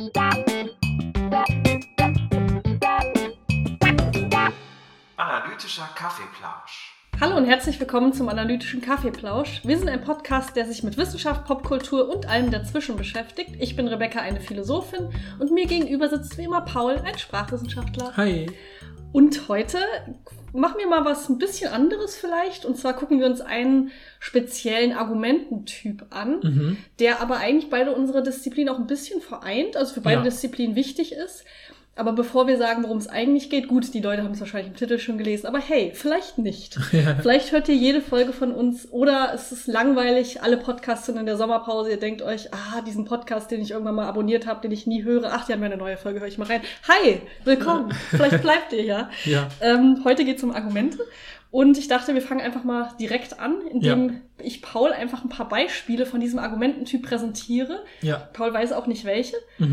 Analytischer Kaffeeplausch. Hallo und herzlich willkommen zum Analytischen Kaffeeplausch. Wir sind ein Podcast, der sich mit Wissenschaft, Popkultur und allem dazwischen beschäftigt. Ich bin Rebecca, eine Philosophin, und mir gegenüber sitzt wie immer Paul, ein Sprachwissenschaftler. Hi. Und heute machen wir mal was ein bisschen anderes vielleicht. Und zwar gucken wir uns einen speziellen Argumententyp an, der aber eigentlich beide unsere Disziplinen auch ein bisschen vereint, also für beide Disziplinen wichtig ist. Aber bevor wir sagen, worum es eigentlich geht, gut, die Leute haben es wahrscheinlich im Titel schon gelesen, aber hey, vielleicht nicht. Ja. Vielleicht hört ihr jede Folge von uns oder es ist langweilig, alle Podcasts sind in der Sommerpause, ihr denkt euch, diesen Podcast, den ich irgendwann mal abonniert habe, den ich nie höre, die haben ja eine neue Folge, höre ich mal rein. Hi, willkommen, vielleicht bleibt ihr ja. Heute geht es um Argumente. Und ich dachte, wir fangen einfach mal direkt an, indem ich Paul einfach ein paar Beispiele von diesem Argumententyp präsentiere. Ja. Paul weiß auch nicht welche.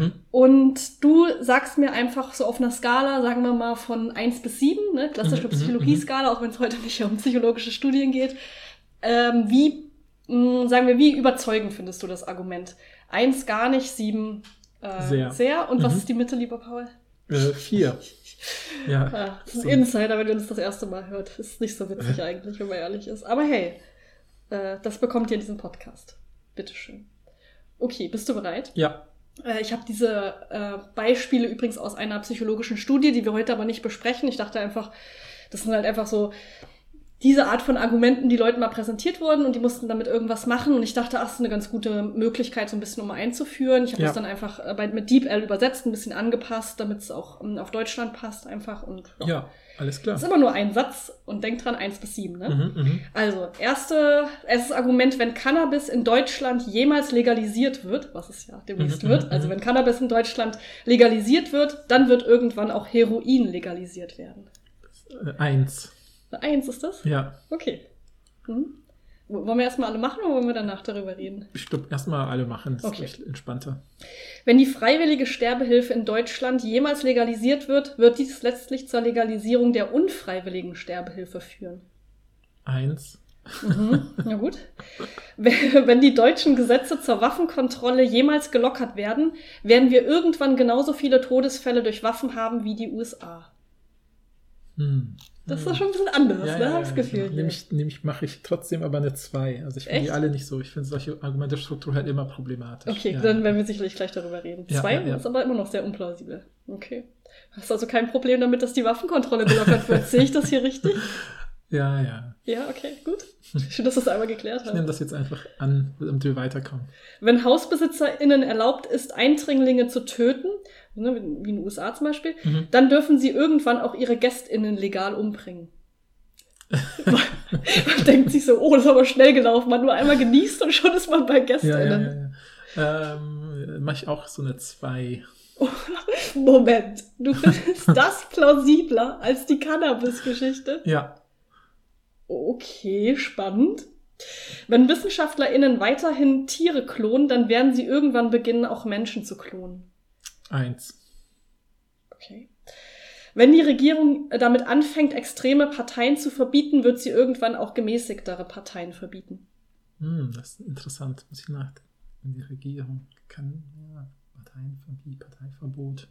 Und du sagst mir einfach so auf einer Skala, sagen wir mal von 1 bis 7, ne, klassische Psychologie-Skala, auch wenn es heute nicht um psychologische Studien geht, wie überzeugend findest du das Argument? 1 gar nicht, 7 sehr. Und was ist die Mitte, lieber Paul? 4. Ja. Das ist ein Insider, wenn ihr uns das erste Mal hört. Das ist nicht so witzig eigentlich, wenn man ehrlich ist. Aber hey, das bekommt ihr in diesem Podcast. Bitteschön. Okay, bist du bereit? Ja. Ich habe diese Beispiele übrigens aus einer psychologischen Studie, die wir heute aber nicht besprechen. Ich dachte einfach, das sind halt einfach so diese Art von Argumenten, die Leuten mal präsentiert wurden und die mussten damit irgendwas machen. Und ich dachte, das ist eine ganz gute Möglichkeit, so ein bisschen einzuführen. Ich habe das dann einfach mit DeepL übersetzt, ein bisschen angepasst, damit es auch auf Deutschland passt einfach. Und ja, alles klar. Das ist immer nur ein Satz und denkt dran, 1 bis 7. Ne? Also, erstes Argument, wenn Cannabis in Deutschland jemals legalisiert wird, was es ja demnächst wird, also wenn Cannabis in Deutschland legalisiert wird, dann wird irgendwann auch Heroin legalisiert werden. 1. 1 ist das? Ja. Okay. Wollen wir erstmal alle machen oder wollen wir danach darüber reden? Ich glaube, erstmal alle machen. Das ist echt entspannter. Wenn die freiwillige Sterbehilfe in Deutschland jemals legalisiert wird, wird dies letztlich zur Legalisierung der unfreiwilligen Sterbehilfe führen. 1. Na gut. Wenn die deutschen Gesetze zur Waffenkontrolle jemals gelockert werden, werden wir irgendwann genauso viele Todesfälle durch Waffen haben wie die USA. Das ist doch schon ein bisschen anders, habe ich das Gefühl. Nämlich mache ich trotzdem aber eine 2. Also ich finde die alle nicht so. Ich finde solche Argumentestruktur halt immer problematisch. Okay, dann werden wir sicherlich gleich darüber reden. 2 ist aber immer noch sehr unplausibel. Okay. Hast also kein Problem damit, dass die Waffenkontrolle gelockert wird. Sehe ich das hier richtig? Ja. Ja, okay, gut. Schön, dass du es einmal geklärt hast. Ich nehme das jetzt einfach an, damit wir weiterkommen. Wenn HausbesitzerInnen erlaubt ist, Eindringlinge zu töten, wie in den USA zum Beispiel, dann dürfen sie irgendwann auch ihre GästInnen legal umbringen. Man denkt sich so, das ist aber schnell gelaufen. Man nur einmal genießt und schon ist man bei GästInnen. Ja. Mach ich auch so eine 2. Moment, du findest das plausibler als die Cannabis-Geschichte? Ja. Okay, spannend. Wenn WissenschaftlerInnen weiterhin Tiere klonen, dann werden sie irgendwann beginnen, auch Menschen zu klonen. 1. Okay. Wenn die Regierung damit anfängt, extreme Parteien zu verbieten, wird sie irgendwann auch gemäßigtere Parteien verbieten. Das ist interessant, muss ich nachdenken. Wenn die Regierung kann, Parteien verbieten, Parteiverbot.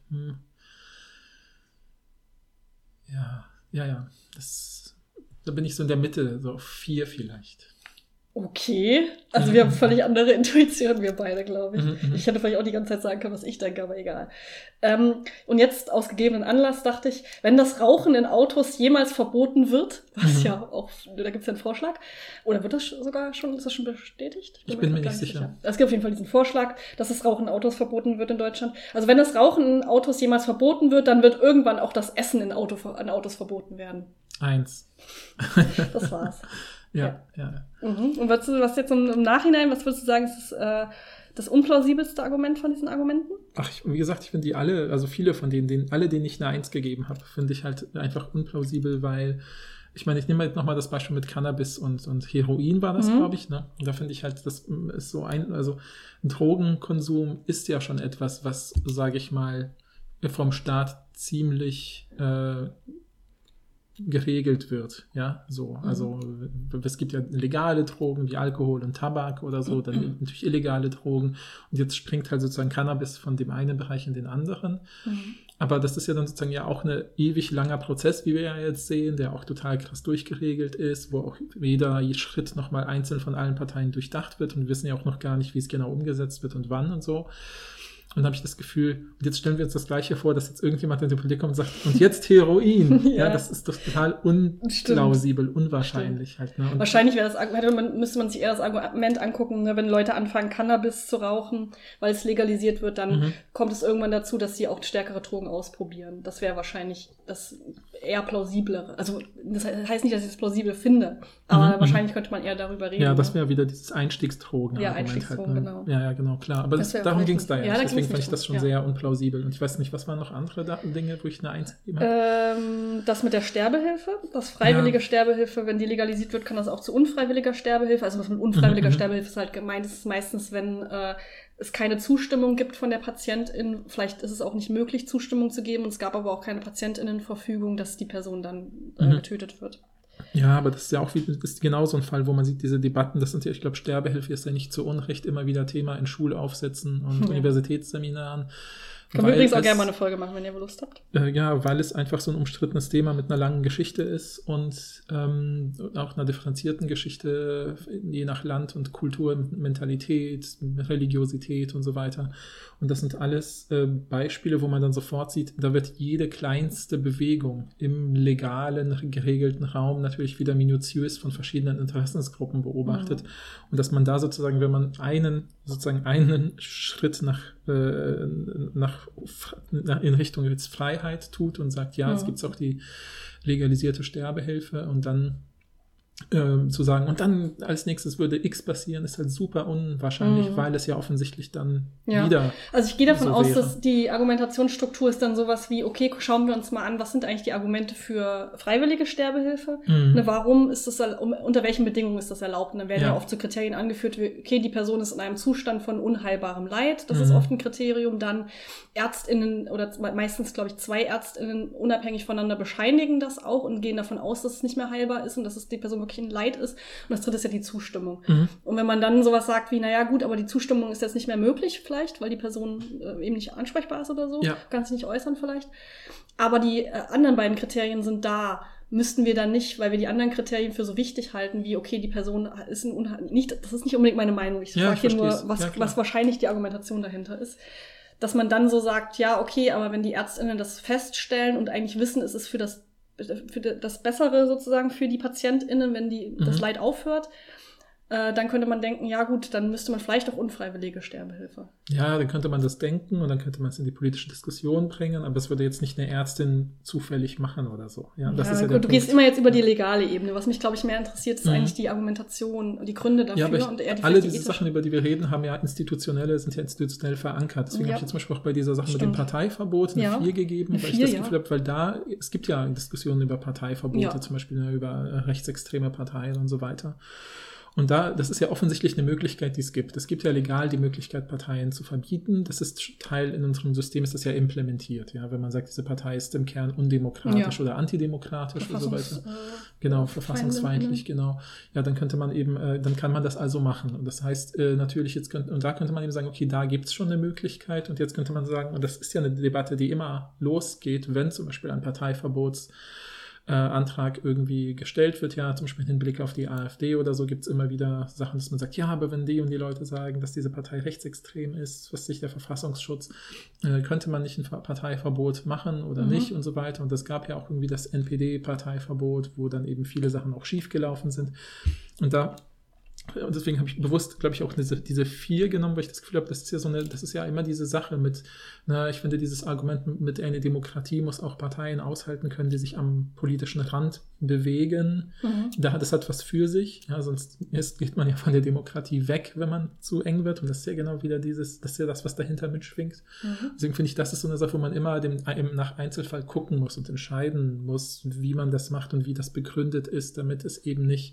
Ja. Da bin ich so in der Mitte, so auf 4 vielleicht. Okay, also wir haben völlig andere Intuitionen, wir beide, glaube ich. Ich hätte vielleicht auch die ganze Zeit sagen können, was ich denke, aber egal. Und jetzt aus gegebenen Anlass dachte ich, wenn das Rauchen in Autos jemals verboten wird, was ja auch, da gibt es ja einen Vorschlag, oder wird das sogar schon, ist das schon bestätigt? Ich bin mir nicht sicher. Es gibt auf jeden Fall diesen Vorschlag, dass das Rauchen in Autos verboten wird in Deutschland. Also wenn das Rauchen in Autos jemals verboten wird, dann wird irgendwann auch das Essen in Autos verboten werden. 1. Das war's. Ja. Und was jetzt im Nachhinein, was würdest du sagen, ist das unplausibelste Argument von diesen Argumenten? Wie gesagt, ich finde die alle, also viele von denen ich eine 1 gegeben habe, finde ich halt einfach unplausibel, weil, ich meine, ich nehme halt nochmal das Beispiel mit Cannabis und Heroin war das, glaube ich, ne? Und da finde ich halt, das ist so ein Drogenkonsum ist ja schon etwas, was, sage ich mal, vom Staat ziemlich geregelt wird, ja, so, also es gibt ja legale Drogen wie Alkohol und Tabak oder so, dann natürlich illegale Drogen und jetzt springt halt sozusagen Cannabis von dem einen Bereich in den anderen, aber das ist ja dann sozusagen ja auch ein ewig langer Prozess, wie wir ja jetzt sehen, der auch total krass durchgeregelt ist, wo auch jeder Schritt nochmal einzeln von allen Parteien durchdacht wird und wir wissen ja auch noch gar nicht, wie es genau umgesetzt wird und wann und so. Und dann habe ich das Gefühl, und jetzt stellen wir uns das Gleiche vor, dass jetzt irgendjemand in die Politik kommt und sagt, und jetzt Heroin. Ja, das ist doch total unplausibel, unwahrscheinlich halt. Ne? Wahrscheinlich wäre das Argument, müsste man sich eher das Argument angucken, ne, wenn Leute anfangen, Cannabis zu rauchen, weil es legalisiert wird, dann kommt es irgendwann dazu, dass sie auch stärkere Drogen ausprobieren. Das wäre wahrscheinlich das eher plausiblere. Also das heißt nicht, dass ich das plausibel finde, aber wahrscheinlich könnte man eher darüber reden. Ja, das wäre wieder dieses Einstiegsdrogen. Ja, Einstiegsdrogen, halt, ne? genau. Ja, genau, klar. Aber darum ging es da ja. Deswegen fand ich das schon ja. sehr unplausibel. Und ich weiß nicht, was waren noch andere Dinge, wo ich eine Eins gegeben habe? Das mit der Sterbehilfe, das freiwillige Sterbehilfe, wenn die legalisiert wird, kann das auch zu unfreiwilliger Sterbehilfe. Also was mit unfreiwilliger Sterbehilfe ist halt gemeint, ist meistens, wenn es keine Zustimmung gibt von der Patientin. Vielleicht ist es auch nicht möglich, Zustimmung zu geben. Und es gab aber auch keine Patientinnenverfügung, dass die Person dann getötet wird. Ja, aber das ist ja auch das ist genau so ein Fall, wo man sieht, diese Debatten, das sind ja, ich glaube, Sterbehilfe ist ja nicht zu Unrecht immer wieder Thema in Schulaufsätzen und Universitätsseminaren. Können wir übrigens auch gerne mal eine Folge machen, wenn ihr Lust habt. Ja, weil es einfach so ein umstrittenes Thema mit einer langen Geschichte ist und auch einer differenzierten Geschichte, je nach Land und Kultur, Mentalität, Religiosität und so weiter. Und das sind alles Beispiele, wo man dann sofort sieht, da wird jede kleinste Bewegung im legalen, geregelten Raum natürlich wieder minutiös von verschiedenen Interessensgruppen beobachtet. Und dass man da sozusagen, wenn man einen Schritt in Richtung jetzt Freiheit tut und sagt, ja, es gibt auch die legalisierte Sterbehilfe und dann zu sagen, und dann als nächstes würde X passieren, ist halt super unwahrscheinlich, weil es ja offensichtlich dann wieder also ich gehe davon aus, dass die Argumentationsstruktur ist dann sowas wie, okay, schauen wir uns mal an, was sind eigentlich die Argumente für freiwillige Sterbehilfe? Ne, warum ist das, unter welchen Bedingungen ist das erlaubt? Und dann werden ja oft so Kriterien angeführt, wie, okay, die Person ist in einem Zustand von unheilbarem Leid, das ist oft ein Kriterium, dann ärztinnen oder meistens, glaube ich, 2 Ärztinnen unabhängig voneinander bescheinigen das auch und gehen davon aus, dass es nicht mehr heilbar ist und dass es die Person wirklich ein Leid ist. Und das dritte ist ja die Zustimmung. Und wenn man dann sowas sagt wie, naja gut, aber die Zustimmung ist jetzt nicht mehr möglich vielleicht, weil die Person eben nicht ansprechbar ist oder so, kann sich nicht äußern vielleicht. Aber die anderen beiden Kriterien sind da. Müssten wir dann nicht, weil wir die anderen Kriterien für so wichtig halten, wie, okay, die Person ist das ist nicht unbedingt meine Meinung. Ich frage hier nur, was wahrscheinlich die Argumentation dahinter ist. Dass man dann so sagt, ja, okay, aber wenn die ÄrztInnen das feststellen und eigentlich wissen, es ist für das Bessere sozusagen für die PatientInnen, wenn das Leid aufhört, dann könnte man denken, ja gut, dann müsste man vielleicht auch unfreiwillige Sterbehilfe. Ja, dann könnte man das denken und dann könnte man es in die politische Diskussion bringen, aber es würde jetzt nicht eine Ärztin zufällig machen oder so. Ja, das ist ja der du gehst immer jetzt über die legale Ebene. Was mich, glaube ich, mehr interessiert, ist eigentlich die Argumentation und die Gründe dafür. Ja, aber und eher alle diese Sachen, über die wir reden, sind ja institutionell verankert. Deswegen habe ich jetzt zum Beispiel auch bei dieser Sache mit dem Parteiverbot eine 4 gegeben, weil ich das Gefühl habe, weil es gibt ja Diskussionen über Parteiverbote, zum Beispiel über rechtsextreme Parteien und so weiter. Und das ist ja offensichtlich eine Möglichkeit, die es gibt. Es gibt ja legal die Möglichkeit, Parteien zu verbieten. Das ist Teil in unserem System, ist das ja implementiert. Ja, wenn man sagt, diese Partei ist im Kern undemokratisch oder antidemokratisch oder so weiter. Genau, verfassungsfeindlich, genau. Ja, dann könnte man eben, dann kann man das also machen. Und das heißt natürlich, da könnte man eben sagen, okay, da gibt's schon eine Möglichkeit. Und jetzt könnte man sagen, und das ist ja eine Debatte, die immer losgeht, wenn zum Beispiel ein Parteiverbots Antrag irgendwie gestellt wird, ja, zum Beispiel im Hinblick auf die AfD oder so, gibt es immer wieder Sachen, dass man sagt, ja, aber wenn die und die Leute sagen, dass diese Partei rechtsextrem ist, was sich der Verfassungsschutz, könnte man nicht ein Parteiverbot machen oder nicht und so weiter. Und es gab ja auch irgendwie das NPD-Parteiverbot, wo dann eben viele Sachen auch schiefgelaufen sind. Und deswegen habe ich bewusst, glaube ich, auch diese 4 genommen, weil ich das Gefühl habe, das ist ja immer diese Sache mit, ich finde dieses Argument mit eine Demokratie muss auch Parteien aushalten können, die sich am politischen Rand bewegen. Das hat was für sich, ja, sonst geht man ja von der Demokratie weg, wenn man zu eng wird. Und das ist ja genau wieder das ist ja das, was dahinter mitschwingt. Deswegen finde ich, das ist so eine Sache, wo man immer nach Einzelfall gucken muss und entscheiden muss, wie man das macht und wie das begründet ist, damit es eben nicht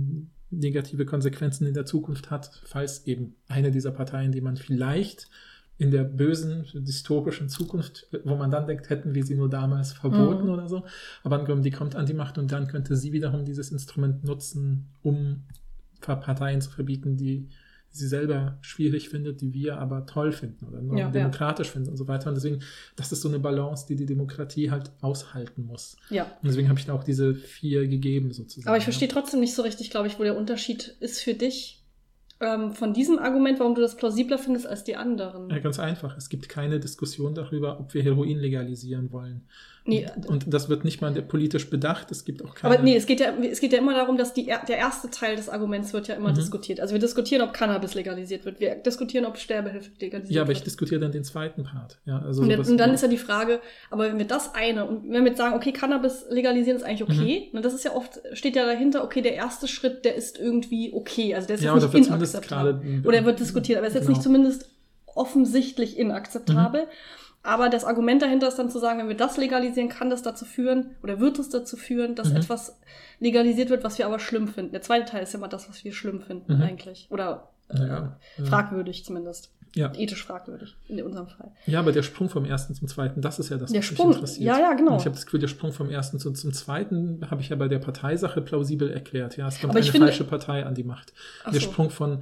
negative Konsequenzen in der Zukunft hat, falls eben eine dieser Parteien, die man vielleicht in der bösen, dystopischen Zukunft, wo man dann denkt, hätten wir sie nur damals verboten oder so. Aber angenommen, die kommt an die Macht und dann könnte sie wiederum dieses Instrument nutzen, um Parteien zu verbieten, die sie selber schwierig findet, die wir aber toll finden oder demokratisch finden und so weiter. Und deswegen, das ist so eine Balance, die Demokratie halt aushalten muss. Ja. Und deswegen habe ich da auch diese 4 gegeben sozusagen. Aber ich verstehe trotzdem nicht so richtig, glaube ich, wo der Unterschied ist für dich von diesem Argument, warum du das plausibler findest als die anderen. Ja, ganz einfach. Es gibt keine Diskussion darüber, ob wir Heroin legalisieren wollen. Nee. Und das wird nicht mal politisch bedacht. Es gibt auch keine... Aber nee, es geht ja immer darum, dass der erste Teil des Arguments wird ja immer diskutiert. Also wir diskutieren, ob Cannabis legalisiert wird. Wir diskutieren, ob Sterbehilfe legalisiert wird. Ja, aber ich diskutiere dann den zweiten Part. Ja, also und dann ist ja die Frage, aber wenn wir das und wenn wir jetzt sagen, okay, Cannabis legalisieren ist eigentlich okay, das ist ja oft, steht ja dahinter, okay, der erste Schritt, der ist irgendwie okay. Also der ist jetzt nicht inakzeptabel. Oder er wird diskutiert, aber er ist jetzt nicht zumindest offensichtlich inakzeptabel. Aber das Argument dahinter ist dann zu sagen, wenn wir das legalisieren, kann das dazu führen, oder wird es dazu führen, dass etwas legalisiert wird, was wir aber schlimm finden. Der zweite Teil ist ja immer das, was wir schlimm finden eigentlich. Oder fragwürdig zumindest. Ja. Ethisch fragwürdig, in unserem Fall. Ja, aber der Sprung vom ersten zum zweiten, das ist ja das, was mich interessiert. Ja, genau. Und ich habe das Gefühl, der Sprung vom ersten zum zweiten habe ich ja bei der Parteisache plausibel erklärt. Ja, es kommt falsche Partei an die Macht. Der Sprung von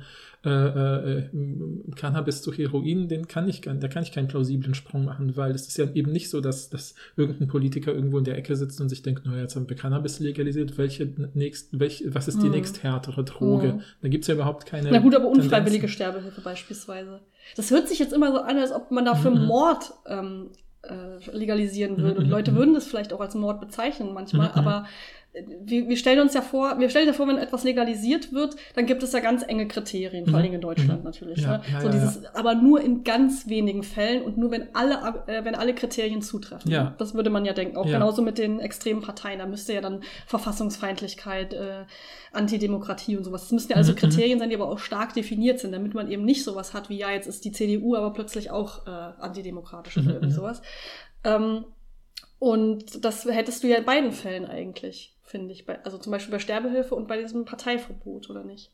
Cannabis zu Heroin, da kann ich keinen plausiblen Sprung machen, weil es ist ja eben nicht so, dass irgendein Politiker irgendwo in der Ecke sitzt und sich denkt, naja, jetzt haben wir Cannabis legalisiert, was ist die nächsthärtere Droge? Da gibt es ja überhaupt keine... Na gut, aber unfreiwillige Sterbehilfe beispielsweise. Das hört sich jetzt immer so an, als ob man dafür Mord legalisieren würde. Und Leute würden das vielleicht auch als Mord bezeichnen manchmal, aber wir stellen uns ja vor, wenn etwas legalisiert wird, dann gibt es ja ganz enge Kriterien, vor allem in Deutschland natürlich. Ja, aber nur in ganz wenigen Fällen und nur wenn alle Kriterien zutreffen. Ja. Das würde man ja denken. Auch genauso mit den extremen Parteien. Da müsste ja dann Verfassungsfeindlichkeit, Antidemokratie und sowas. Das müssten ja also Kriterien sein, die aber auch stark definiert sind, damit man eben nicht sowas hat wie, ja, jetzt ist die CDU aber plötzlich auch antidemokratisch oder irgendwie sowas. Und das hättest du ja in beiden Fällen eigentlich, finde ich. Also zum Beispiel bei Sterbehilfe und bei diesem Parteiverbot, oder nicht?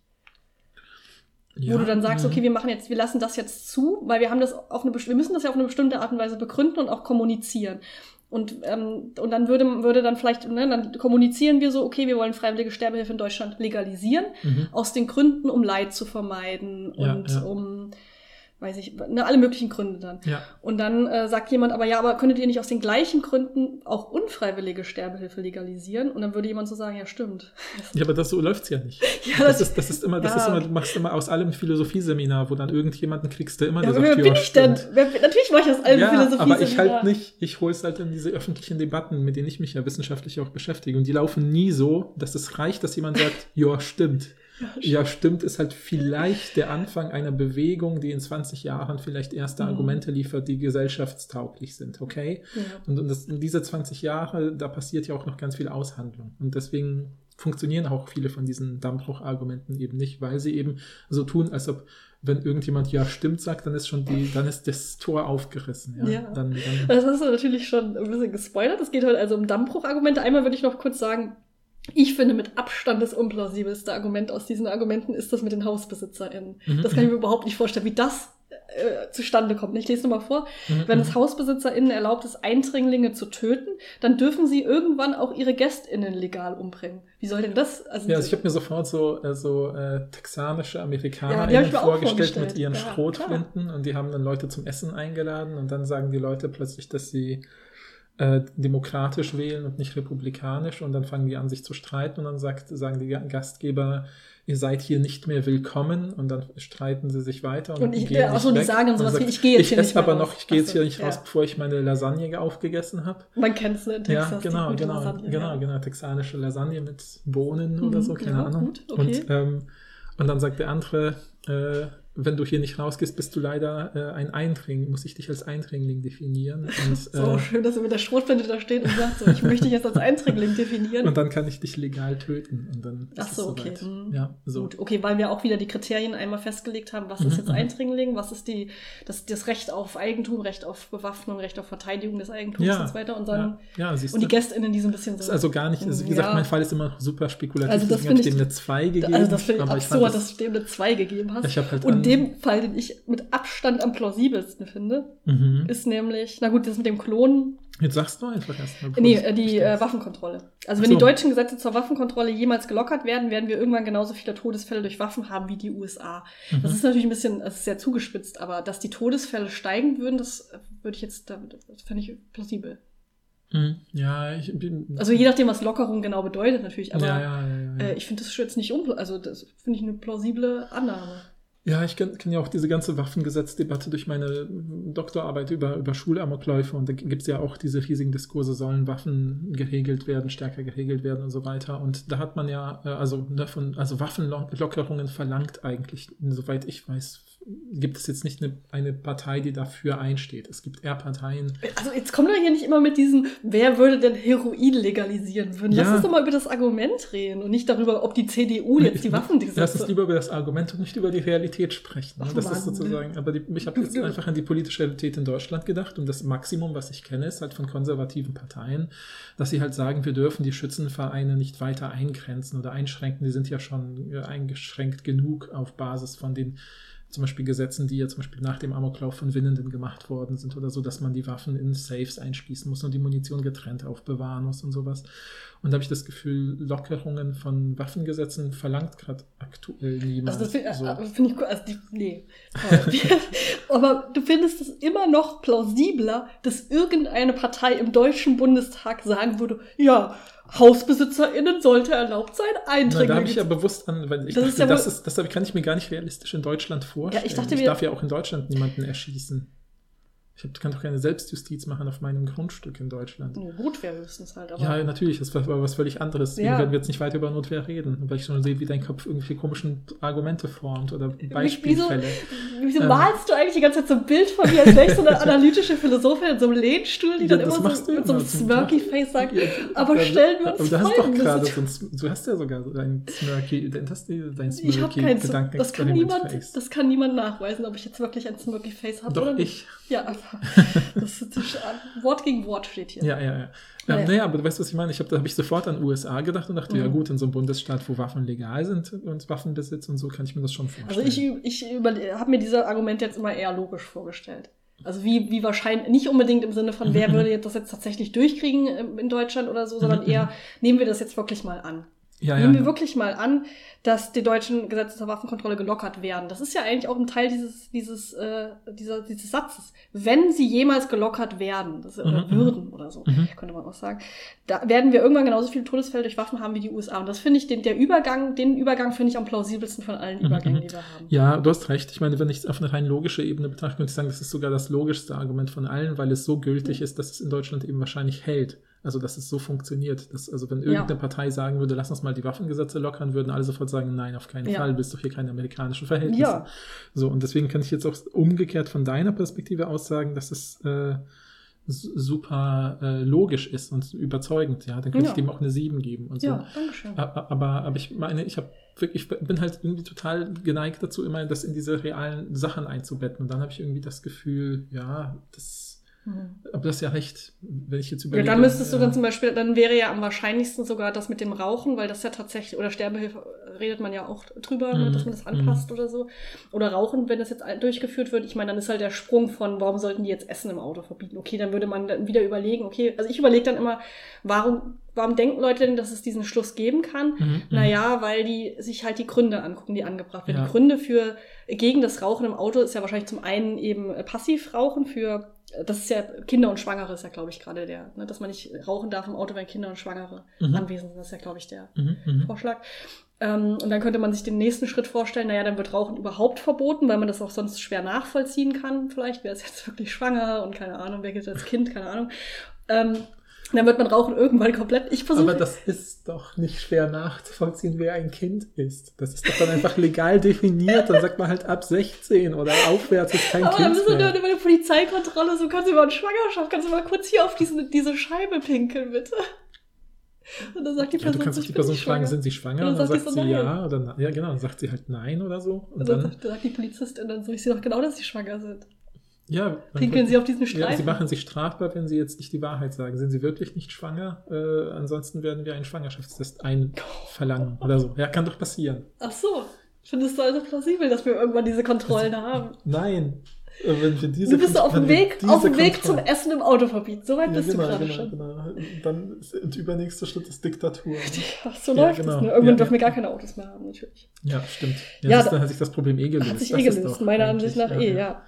Ja, wo du dann sagst, okay, wir lassen das jetzt zu, weil wir müssen das ja auf eine bestimmte Art und Weise begründen und auch kommunizieren. Und dann würde dann vielleicht, dann kommunizieren wir so, okay, wir wollen freiwillige Sterbehilfe in Deutschland legalisieren, aus den Gründen, um Leid zu vermeiden und um, weiß ich, alle möglichen Gründe dann. Ja. Und dann sagt jemand aber könntet ihr nicht aus den gleichen Gründen auch unfreiwillige Sterbehilfe legalisieren? Und dann würde jemand so sagen, ja, stimmt. Ja, aber so läuft's ja nicht. Ja, das ist immer, du machst immer aus allem Philosophieseminar, wo dann irgendjemanden kriegst, der immer sagt, wer bin ich denn? Natürlich mache ich aus allem Philosophieseminar. Aber ich halt nicht, ich hol's halt in diese öffentlichen Debatten, mit denen ich mich ja wissenschaftlich auch beschäftige. Und die laufen nie so, dass es reicht, dass jemand sagt, ja, stimmt. Ja, stimmt, ist halt vielleicht der Anfang einer Bewegung, die in 20 Jahren vielleicht erste Argumente liefert, die gesellschaftstauglich sind, okay? Ja. Und in diese 20 Jahre, da passiert ja auch noch ganz viel Aushandlung. Und deswegen funktionieren auch viele von diesen Dammbruch-Argumenten eben nicht, weil sie eben so tun, als ob, wenn irgendjemand ja stimmt sagt, dann ist das Tor aufgerissen. Ja. Dann das hast du natürlich schon ein bisschen gespoilert. Es geht heute also um Dammbruch-Argumente. Einmal würde ich noch kurz sagen, ich finde mit Abstand das unplausibelste Argument aus diesen Argumenten ist das mit den HausbesitzerInnen. Das kann ich mir überhaupt nicht vorstellen, wie das zustande kommt. Ich lese nochmal vor. Wenn es HausbesitzerInnen erlaubt ist, Eindringlinge zu töten, dann dürfen sie irgendwann auch ihre GästInnen legal umbringen. Wie soll denn das? Also ich habe mir sofort so texanische Amerikaner vorgestellt mit ihren Schrotflinten und die haben dann Leute zum Essen eingeladen und dann sagen die Leute plötzlich, dass sie demokratisch wählen und nicht republikanisch und dann fangen die an, sich zu streiten und dann sagen die Gastgeber, ihr seid hier nicht mehr willkommen und dann streiten sie sich weiter und die sagen sowas wie, ich gehe jetzt hier nicht mehr raus. Ich gehe jetzt hier nicht raus, bevor ich meine Lasagne aufgegessen habe. Man kennt es in Texas. Ja, genau, texanische Lasagne mit Bohnen oder so, keine Ahnung. Gut, okay. Und dann sagt der andere, wenn du hier nicht rausgehst, bist du leider ein Eindringling, muss ich dich als Eindringling definieren. Und, so schön, dass er mit der Schrotflinte da steht und sagt, so, ich möchte dich jetzt als Eindringling definieren. Und dann kann ich dich legal töten. Und dann ist okay. Ja, so. Gut, okay, weil wir auch wieder die Kriterien einmal festgelegt haben, was ist jetzt Eindringling, was ist das Recht auf Eigentum, Recht auf Bewaffnung, Recht auf Verteidigung des Eigentums und so weiter. Und dann und die GästInnen, die so ein bisschen so. Das ist also gar nicht, wie gesagt, mein Fall ist immer super spekulativ. Also deswegen habe ich dem eine 2 gegeben. Also das finde ich absurd, dass du dem eine 2 gegeben hast. Ich habe halt und dem Fall, den ich mit Abstand am plausibelsten finde, ist nämlich, na gut, das mit dem Klonen. Jetzt sagst du einfach erstmal. Nee, die Waffenkontrolle. Also wenn die deutschen Gesetze zur Waffenkontrolle jemals gelockert werden, werden wir irgendwann genauso viele Todesfälle durch Waffen haben wie die USA. Das ist natürlich ein bisschen, das ist sehr zugespitzt, aber dass die Todesfälle steigen würden, das fände ich plausibel. Ja, also je nachdem, was Lockerung genau bedeutet natürlich, aber ja. Ich finde das jetzt nicht also das finde ich eine plausible Annahme. Ja, ich kenne ja auch diese ganze Waffengesetzdebatte durch meine Doktorarbeit über Schulamokläufe und da gibt es ja auch diese riesigen Diskurse, sollen Waffen geregelt werden, stärker geregelt werden und so weiter. Und da hat man ja, also Waffenlockerungen verlangt eigentlich, soweit ich weiß, gibt es jetzt nicht eine Partei, die dafür einsteht. Es gibt eher Parteien. Also jetzt kommen wir hier nicht immer mit diesem, wer würde denn Heroin legalisieren würden? Lass uns doch mal über das Argument reden und nicht darüber, ob die CDU jetzt die Waffengesetze... Lass uns lieber über das Argument und nicht über die Realität sprechen. Ach, das ist sozusagen, aber ich habe jetzt einfach an die politische Realität in Deutschland gedacht und das Maximum, was ich kenne, ist halt von konservativen Parteien, dass sie halt sagen, wir dürfen die Schützenvereine nicht weiter eingrenzen oder einschränken. Die sind ja schon eingeschränkt genug auf Basis von den zum Beispiel Gesetzen, die ja zum Beispiel nach dem Amoklauf von Winnenden gemacht worden sind oder so, dass man die Waffen in Safes einschließen muss und die Munition getrennt aufbewahren muss und sowas. Und da habe ich das Gefühl, Lockerungen von Waffengesetzen verlangt gerade aktuell niemand. Also das finde ich cool. Also nee. Aber du findest es immer noch plausibler, dass irgendeine Partei im Deutschen Bundestag sagen würde, ja, HausbesitzerInnen sollte erlaubt sein, Einträge. Da habe ich ja bewusst weil ich dachte, das kann ich mir gar nicht realistisch in Deutschland vorstellen. Ja, ich darf ja auch in Deutschland niemanden erschießen. Ich kann doch keine Selbstjustiz machen auf meinem Grundstück in Deutschland. Notwehr höchstens halt. Aber ja, natürlich, das war was völlig anderes. Deswegen werden wir jetzt nicht weiter über Notwehr reden, weil ich schon sehe, wie dein Kopf irgendwelche komischen Argumente formt oder Beispielfälle. Wieso malst du eigentlich die ganze Zeit so ein Bild von mir, als wäre ich so eine analytische Philosophin in so einem Lehnstuhl, die dann immer so mit so einem Smirky-Face sagt, aber stellen wir uns aber du hast doch gerade du hast ja sogar dein Smirky-Gedankenexperiment-Face. Das kann niemand nachweisen, ob ich jetzt wirklich ein Smirky-Face habe oder nicht. Ja, aber das ist Wort gegen Wort steht hier. Ja. Naja, aber du weißt, was ich meine? Da habe ich sofort an USA gedacht und dachte, ja gut, in so einem Bundesstaat, wo Waffen legal sind und Waffenbesitz und so, kann ich mir das schon vorstellen. Also ich habe mir diese Argumente jetzt immer eher logisch vorgestellt. Also wie wahrscheinlich, nicht unbedingt im Sinne von, wer würde das jetzt tatsächlich durchkriegen in Deutschland oder so, sondern eher, nehmen wir das jetzt wirklich mal an. Nehmen wir wirklich mal an, dass die deutschen Gesetze zur Waffenkontrolle gelockert werden. Das ist ja eigentlich auch ein Teil dieses Satzes. Wenn sie jemals gelockert werden, oder würden oder so, könnte man auch sagen, da werden wir irgendwann genauso viele Todesfälle durch Waffen haben wie die USA. Und das finde ich, den Übergang finde ich am plausibelsten von allen Übergängen, die wir haben. Ja, du hast recht. Ich meine, wenn ich es auf eine rein logische Ebene betrachte, könnte ich sagen, das ist sogar das logischste Argument von allen, weil es so gültig ist, dass es in Deutschland eben wahrscheinlich hält. Also, dass es so funktioniert. Also, wenn irgendeine Partei sagen würde, lass uns mal die Waffengesetze lockern, würden alle sofort sagen, nein, auf keinen Fall, bist doch hier keine amerikanischen Verhältnisse. Ja. So, und deswegen kann ich jetzt auch umgekehrt von deiner Perspektive aus sagen, dass es super logisch ist und überzeugend. Ja, dann könnte ich dem auch eine 7 geben und so. Ja, dankeschön. Aber ich meine, ich bin halt irgendwie total geneigt dazu, immer das in diese realen Sachen einzubetten. Und dann habe ich irgendwie das Gefühl, aber das ist ja recht, wenn ich jetzt überlege. Ja, dann müsstest du dann zum Beispiel, dann wäre ja am wahrscheinlichsten sogar das mit dem Rauchen, weil das ja tatsächlich, oder Sterbehilfe redet man ja auch drüber, dass man das anpasst oder so. Oder Rauchen, wenn das jetzt durchgeführt wird, ich meine, dann ist halt der Sprung von, warum sollten die jetzt Essen im Auto verbieten? Okay, dann würde man dann wieder überlegen, okay, also ich überlege dann immer, warum denken Leute denn, dass es diesen Schluss geben kann? Naja, weil die sich halt die Gründe angucken, die angebracht werden. Ja. Die Gründe gegen das Rauchen im Auto ist ja wahrscheinlich zum einen eben Passivrauchen das ist ja Kinder und Schwangere ist ja, glaube ich, gerade dass man nicht rauchen darf im Auto, wenn Kinder und Schwangere anwesend sind. Das ist ja, glaube ich, der Vorschlag. Und dann könnte man sich den nächsten Schritt vorstellen, naja, dann wird Rauchen überhaupt verboten, weil man das auch sonst schwer nachvollziehen kann. Vielleicht, wer ist jetzt wirklich schwanger und keine Ahnung, wer geht als Kind, keine Ahnung. Dann wird man Rauchen irgendwann komplett. Aber das ist doch nicht schwer nachzuvollziehen, wer ein Kind ist. Das ist doch dann einfach legal definiert. Dann sagt man halt ab 16 oder aufwärts ist kein Kind mehr. Aber dann ist über eine Polizeikontrolle, so kannst du mal in Schwangerschaft, kannst du mal kurz hier auf diese Scheibe pinkeln, bitte. Und dann sagt die Person, du kannst auch die Person fragen, sind sie schwanger? Und dann sagt sie ja oder nein. Ja, genau, dann sagt sie halt nein oder so. Und dann sagt die Polizistin, dann so, ich sehe doch genau, dass sie schwanger sind. Ja, pinkeln sie auf diesen Streifen. Ja, sie machen sich strafbar, wenn sie jetzt nicht die Wahrheit sagen. Sind sie wirklich nicht schwanger? Ansonsten werden wir einen Schwangerschaftstest einverlangen oder so. Ja, kann doch passieren. Ach so. Findest du also plausibel, dass wir irgendwann diese Kontrollen haben? Nein. Wenn wir diese du bist auf dem Weg zum Essen im Auto verbieten. So weit bist du gerade schon. Genau. Dann ist der übernächste Schritt ist Diktatur. Ja, so läuft es. Ne? Irgendwann dürfen wir gar keine Autos mehr haben, natürlich. Ja, stimmt. Dann hat sich das Problem gelöst. Hat sich gelöst, meiner Ansicht nach ja.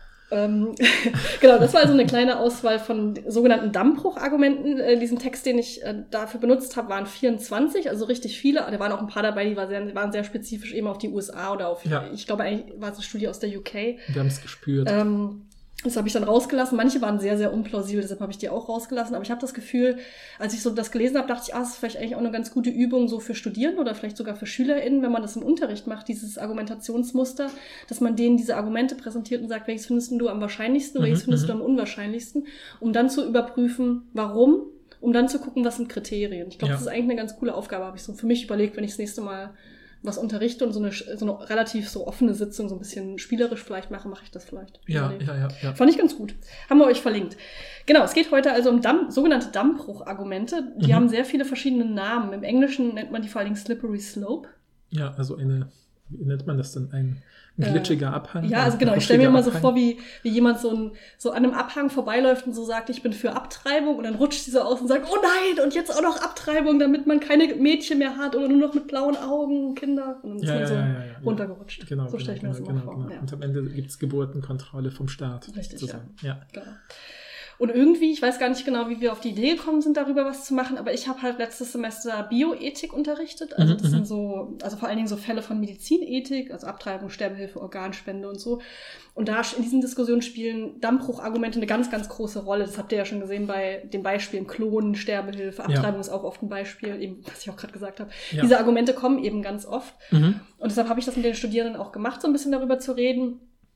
Genau, das war also eine kleine Auswahl von sogenannten Dammbruchargumenten. Diesen Text, den ich dafür benutzt habe, waren 24, also richtig viele. Da waren auch ein paar dabei, die waren sehr spezifisch eben auf die USA oder auf, ich glaube eigentlich war es eine Studie aus der UK. Wir haben es gespürt. Das habe ich dann rausgelassen. Manche waren sehr, sehr unplausibel, deshalb habe ich die auch rausgelassen. Aber ich habe das Gefühl, als ich so das gelesen habe, dachte ich, das ist vielleicht eigentlich auch eine ganz gute Übung so für Studierende oder vielleicht sogar für SchülerInnen, wenn man das im Unterricht macht, dieses Argumentationsmuster, dass man denen diese Argumente präsentiert und sagt, welches findest du am wahrscheinlichsten oder welches findest du am unwahrscheinlichsten, um dann zu überprüfen, warum, um dann zu gucken, was sind Kriterien. Ich glaube, das ist eigentlich eine ganz coole Aufgabe, habe ich so für mich überlegt, wenn ich das nächste Mal was unterrichte und so eine relativ so offene Sitzung so ein bisschen spielerisch vielleicht mache ich das vielleicht. Ja. Fand ich ganz gut. Haben wir euch verlinkt. Genau, es geht heute also um sogenannte Dammbruchargumente. Die haben sehr viele verschiedene Namen. Im Englischen nennt man die vor allen Dingen Slippery Slope. Ja, also wie nennt man das denn? Ein glitschiger Abhang? Ja, also genau, ich stelle mir immer so vor, wie jemand so an einem Abhang vorbeiläuft und so sagt, ich bin für Abtreibung und dann rutscht sie so aus und sagt, oh nein, und jetzt auch noch Abtreibung, damit man keine Mädchen mehr hat oder nur noch mit blauen Augen Kinder. Und dann ist man so runtergerutscht. Genau, so stelle ich mir das immer vor. Genau. Und am Ende gibt es Geburtenkontrolle vom Staat. Richtig, zusammen. Ja. Genau. Und irgendwie, ich weiß gar nicht genau, wie wir auf die Idee gekommen sind, darüber was zu machen, aber ich habe halt letztes Semester Bioethik unterrichtet. Also das sind also vor allen Dingen so Fälle von Medizinethik, also Abtreibung, Sterbehilfe, Organspende und so. Und da in diesen Diskussionen spielen Dammbruchargumente eine ganz, ganz große Rolle. Das habt ihr ja schon gesehen bei den Beispielen Klonen, Sterbehilfe, Abtreibung ist auch oft ein Beispiel, eben, was ich auch gerade gesagt habe. Ja. Diese Argumente kommen eben ganz oft. Und deshalb habe ich das mit den Studierenden auch gemacht, so ein bisschen darüber zu reden.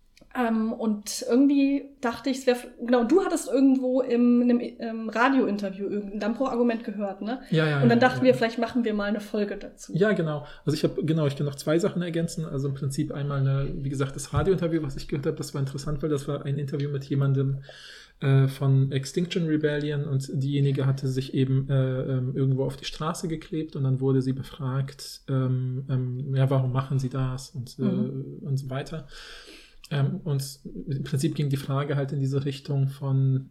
Und irgendwie dachte ich, du hattest irgendwo in einem Radiointerview irgendein Dammbruchargument gehört, ne? Ja. Und dann dachten wir, vielleicht machen wir mal eine Folge dazu. Ja, genau. Also ich kann noch 2 Sachen ergänzen. Also im Prinzip einmal wie gesagt, das Radiointerview, was ich gehört habe, das war interessant, weil das war ein Interview mit jemandem von Extinction Rebellion und diejenige hatte sich eben irgendwo auf die Straße geklebt und dann wurde sie befragt, warum machen sie das und so weiter. Und im Prinzip ging die Frage halt in diese Richtung von,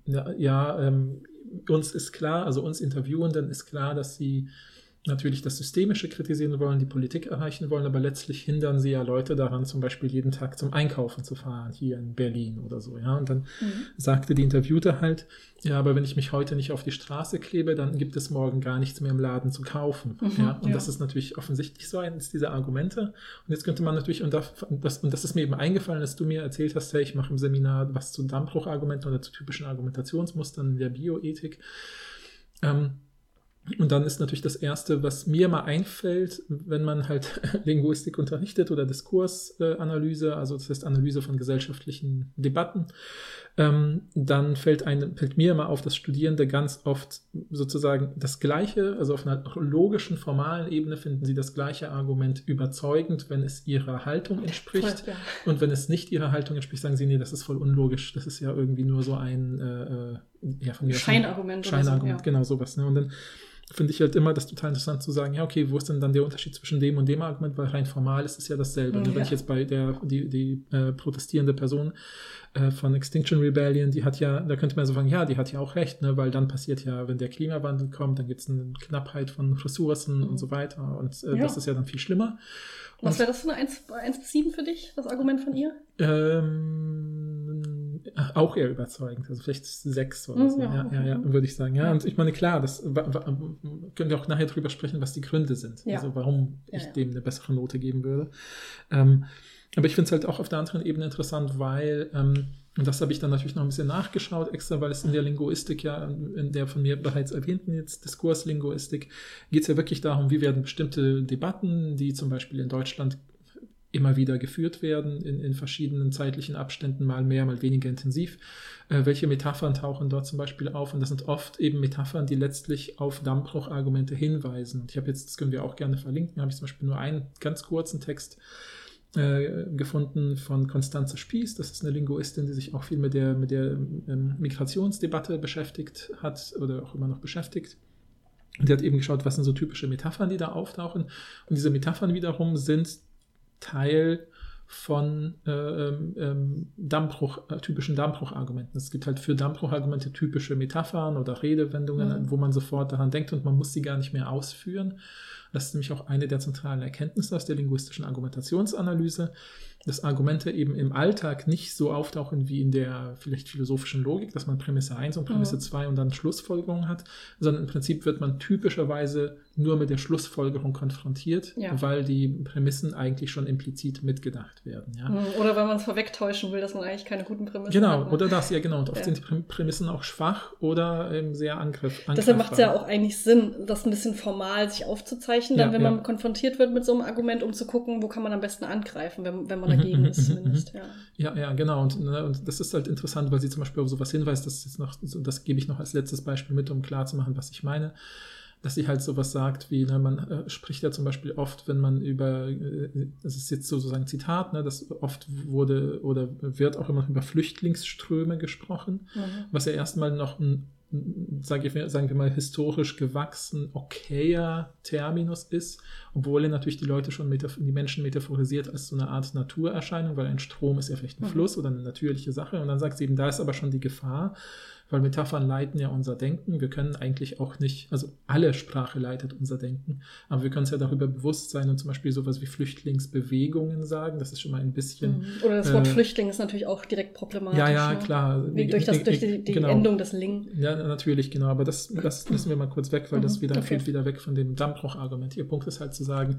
uns ist klar, also uns Interviewenden ist klar, dass sie natürlich das Systemische kritisieren wollen, die Politik erreichen wollen, aber letztlich hindern sie ja Leute daran, zum Beispiel jeden Tag zum Einkaufen zu fahren, hier in Berlin oder so, ja. Und dann sagte die Interviewte halt, ja, aber wenn ich mich heute nicht auf die Straße klebe, dann gibt es morgen gar nichts mehr im Laden zu kaufen. Und das ist natürlich offensichtlich so eines dieser Argumente. Und jetzt könnte man natürlich, und das ist mir eben eingefallen, dass du mir erzählt hast, hey, ich mache im Seminar was zu Dammbruchargumenten oder zu typischen Argumentationsmustern in der Bioethik. Und dann ist natürlich das Erste, was mir mal einfällt, wenn man halt Linguistik unterrichtet oder Diskursanalyse, also das heißt Analyse von gesellschaftlichen Debatten, dann fällt mir immer auf, dass Studierende ganz oft sozusagen das Gleiche, also auf einer logischen, formalen Ebene finden sie das gleiche Argument überzeugend, wenn es ihrer Haltung entspricht. Voll, ja. Und wenn es nicht ihrer Haltung entspricht, sagen sie, nee, das ist voll unlogisch, das ist ja irgendwie nur so ein von mir Scheinargument. Scheinargument, genau sowas. Ne? Und dann finde ich halt immer das total interessant zu sagen, ja, okay, wo ist denn dann der Unterschied zwischen dem und dem Argument, weil rein formal ist es ja dasselbe. Ja. Wenn ich jetzt bei die protestierende Person von Extinction Rebellion, da könnte man so sagen, ja, die hat ja auch recht, ne, weil dann passiert ja, wenn der Klimawandel kommt, dann gibt es eine Knappheit von Ressourcen und so weiter und das ist ja dann viel schlimmer. Was wäre das für eine 1 bis 7 für dich, das Argument von ihr? Auch eher überzeugend, also vielleicht 6 oder so, würde ich sagen. Ja, und ich meine, klar, das können wir auch nachher drüber sprechen, was die Gründe sind, also warum ich dem eine bessere Note geben würde. Aber ich finde es halt auch auf der anderen Ebene interessant, weil, und das habe ich dann natürlich noch ein bisschen nachgeschaut, extra, weil es in der Linguistik in der von mir bereits erwähnten jetzt Diskurslinguistik, geht es ja wirklich darum, wie werden bestimmte Debatten, die zum Beispiel in Deutschland immer wieder geführt werden, in verschiedenen zeitlichen Abständen, mal mehr, mal weniger intensiv. Welche Metaphern tauchen dort zum Beispiel auf? Und das sind oft eben Metaphern, die letztlich auf Dammbruchargumente hinweisen. Und ich habe jetzt, das können wir auch gerne verlinken, habe ich zum Beispiel nur einen ganz kurzen Text gefunden von Constanze Spieß. Das ist eine Linguistin, die sich auch viel mit der Migrationsdebatte beschäftigt hat oder auch immer noch beschäftigt. Und die hat eben geschaut, was sind so typische Metaphern, die da auftauchen. Und diese Metaphern wiederum sind Teil von typischen Dammbruchargumenten. Es gibt halt für Dammbruchargumente typische Metaphern oder Redewendungen, wo man sofort daran denkt und man muss sie gar nicht mehr ausführen. Das ist nämlich auch eine der zentralen Erkenntnisse aus der linguistischen Argumentationsanalyse, dass Argumente eben im Alltag nicht so auftauchen wie in der vielleicht philosophischen Logik, dass man Prämisse 1 und Prämisse 2 und dann Schlussfolgerungen hat, sondern im Prinzip wird man typischerweise nur mit der Schlussfolgerung konfrontiert, weil die Prämissen eigentlich schon implizit mitgedacht werden. Ja. Oder weil man es vorwegtäuschen will, dass man eigentlich keine guten Prämissen hat. Genau, oder das, ja genau. Und oft sind die Prämissen auch schwach oder sehr angreifbar. Deshalb macht es ja auch eigentlich Sinn, das ein bisschen formal sich aufzuzeichnen, dann wenn man konfrontiert wird mit so einem Argument, um zu gucken, wo kann man am besten angreifen, wenn man dagegen ist zumindest. Ja, genau. Und das ist halt interessant, weil sie zum Beispiel auf sowas hinweist, das gebe ich noch als letztes Beispiel mit, um klarzumachen, was ich meine, dass sie halt sowas sagt wie, man spricht ja zum Beispiel oft, wenn man über, das ist jetzt sozusagen Zitat, dass oft wurde oder wird auch immer über Flüchtlingsströme gesprochen, was ja erstmal noch ein, sagen wir mal, historisch gewachsen, okayer Terminus ist, obwohl er natürlich die Leute schon die Menschen metaphorisiert als so eine Art Naturerscheinung, weil ein Strom ist ja vielleicht ein Fluss oder eine natürliche Sache. Und dann sagt sie eben, da ist aber schon die Gefahr, weil Metaphern leiten ja unser Denken. Wir können eigentlich auch nicht, also alle Sprache leitet unser Denken, aber wir können uns ja darüber bewusst sein und zum Beispiel sowas wie Flüchtlingsbewegungen sagen. Das ist schon mal ein bisschen... Oder das Wort Flüchtling ist natürlich auch direkt problematisch. Ja, klar. Durch die Endung des Ling. Ja, natürlich, genau. Aber das lassen wir mal kurz weg, weil das führt wieder weg von dem Dammbruchargument. Ihr Punkt ist halt zu sagen,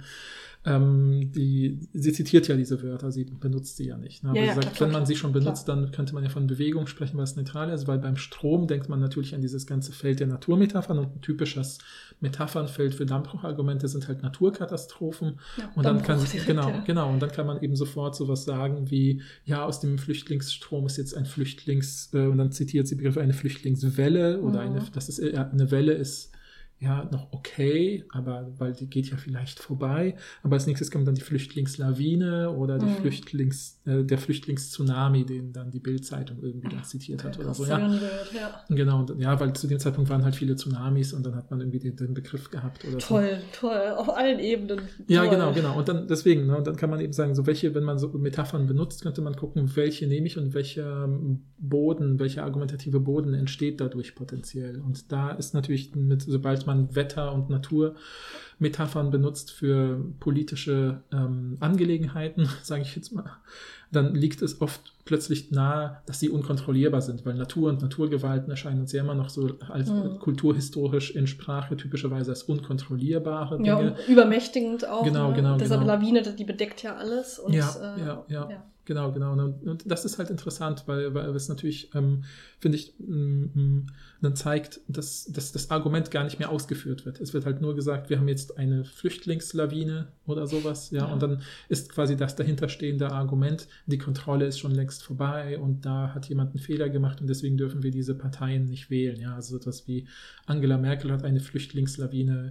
sie zitiert ja diese Wörter, sie benutzt sie ja nicht. Ne? Aber sie sagt, wenn man sie schon benutzt, dann könnte man ja von Bewegung sprechen, was neutral ist, weil beim Strom denkt man natürlich an dieses ganze Feld der Naturmetaphern und ein typisches Metaphernfeld für Dammbruchargumente sind halt Naturkatastrophen. Ja, und dann und dann kann man eben sofort sowas sagen wie, ja, aus dem Flüchtlingsstrom ist jetzt ein und dann zitiert sie Begriffe, eine Flüchtlingswelle oder eine Welle ist ja noch okay, aber weil die geht ja vielleicht vorbei. Aber als nächstes kommt dann die Flüchtlingslawine oder der Flüchtlingstsunami, den dann die Bild-Zeitung irgendwie dann zitiert hat oder so. Genau, und, weil zu dem Zeitpunkt waren halt viele Tsunamis und dann hat man irgendwie den Begriff gehabt oder toll, auf allen Ebenen. Ja, genau. Und dann deswegen, und dann kann man eben sagen, so wenn man so Metaphern benutzt, könnte man gucken, welche nehme ich und welcher argumentative Boden entsteht dadurch potenziell. Und da ist natürlich sobald man Wetter- und Naturmetaphern benutzt für politische Angelegenheiten, sage ich jetzt mal, dann liegt es oft plötzlich nahe, dass sie unkontrollierbar sind, weil Natur und Naturgewalten erscheinen uns ja immer noch so als kulturhistorisch in Sprache typischerweise als unkontrollierbare Dinge. Ja, und übermächtigend auch. Genau. Deshalb Lawine, die bedeckt ja alles. Und, Genau. Und das ist halt interessant, weil es natürlich, finde ich, dann zeigt, dass das Argument gar nicht mehr ausgeführt wird. Es wird halt nur gesagt, wir haben jetzt eine Flüchtlingslawine oder sowas, und dann ist quasi das dahinterstehende Argument, die Kontrolle ist schon längst vorbei und da hat jemand einen Fehler gemacht und deswegen dürfen wir diese Parteien nicht wählen. Ja, also etwas wie Angela Merkel hat eine Flüchtlingslawine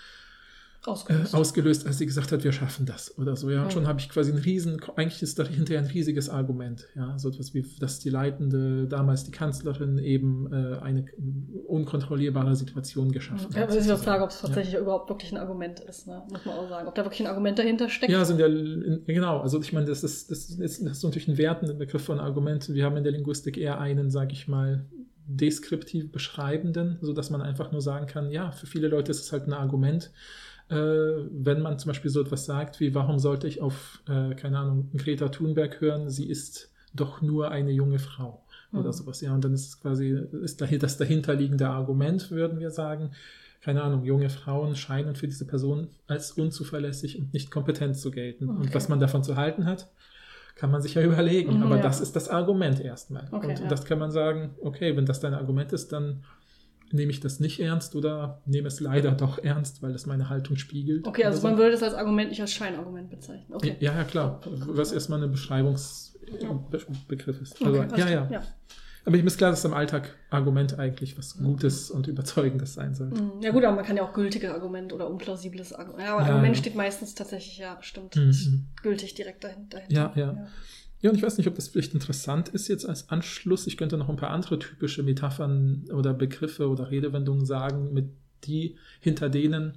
ausgelöst, als sie gesagt hat, wir schaffen das oder so. Ja, und schon habe ich quasi eigentlich ist dahinter ein riesiges Argument. Ja, so etwas wie, dass die damals die Kanzlerin eben eine unkontrollierbare Situation geschaffen hat. Ja, aber es ist die Frage, ob es tatsächlich überhaupt wirklich ein Argument ist, ne? Muss man auch sagen. Ob da wirklich ein Argument dahinter steckt. Ja, genau. Also ich meine, das ist natürlich ein wertender Begriff von Argument. Wir haben in der Linguistik eher einen, sage ich mal, deskriptiv beschreibenden, sodass man einfach nur sagen kann, ja, für viele Leute ist es halt ein Argument. Wenn man zum Beispiel so etwas sagt wie, warum sollte ich auf, keine Ahnung, Greta Thunberg hören, sie ist doch nur eine junge Frau oder sowas. Ja, und dann ist es quasi, das dahinterliegende Argument, würden wir sagen, keine Ahnung, junge Frauen scheinen für diese Person als unzuverlässig und nicht kompetent zu gelten. Okay. Und was man davon zu halten hat, kann man sich ja überlegen. Aber das ist das Argument erstmal. Okay, und das kann man sagen, okay, wenn das dein Argument ist, dann nehme ich das nicht ernst oder nehme es leider doch ernst, weil es meine Haltung spiegelt. Okay, also man würde das als Argument nicht als Scheinargument bezeichnen. Okay. Ja, klar. Was erstmal ein Beschreibungsbegriff ist. Also, okay, ja. Aber ihm ist klar, dass im Alltag Argument eigentlich was Gutes und Überzeugendes sein soll. Ja gut, aber man kann ja auch gültige Argument oder unplausibles Argument. Ja, aber Argument steht meistens tatsächlich, stimmt, gültig direkt dahinter. Ja, und ich weiß nicht, ob das vielleicht interessant ist jetzt als Anschluss. Ich könnte noch ein paar andere typische Metaphern oder Begriffe oder Redewendungen sagen, hinter denen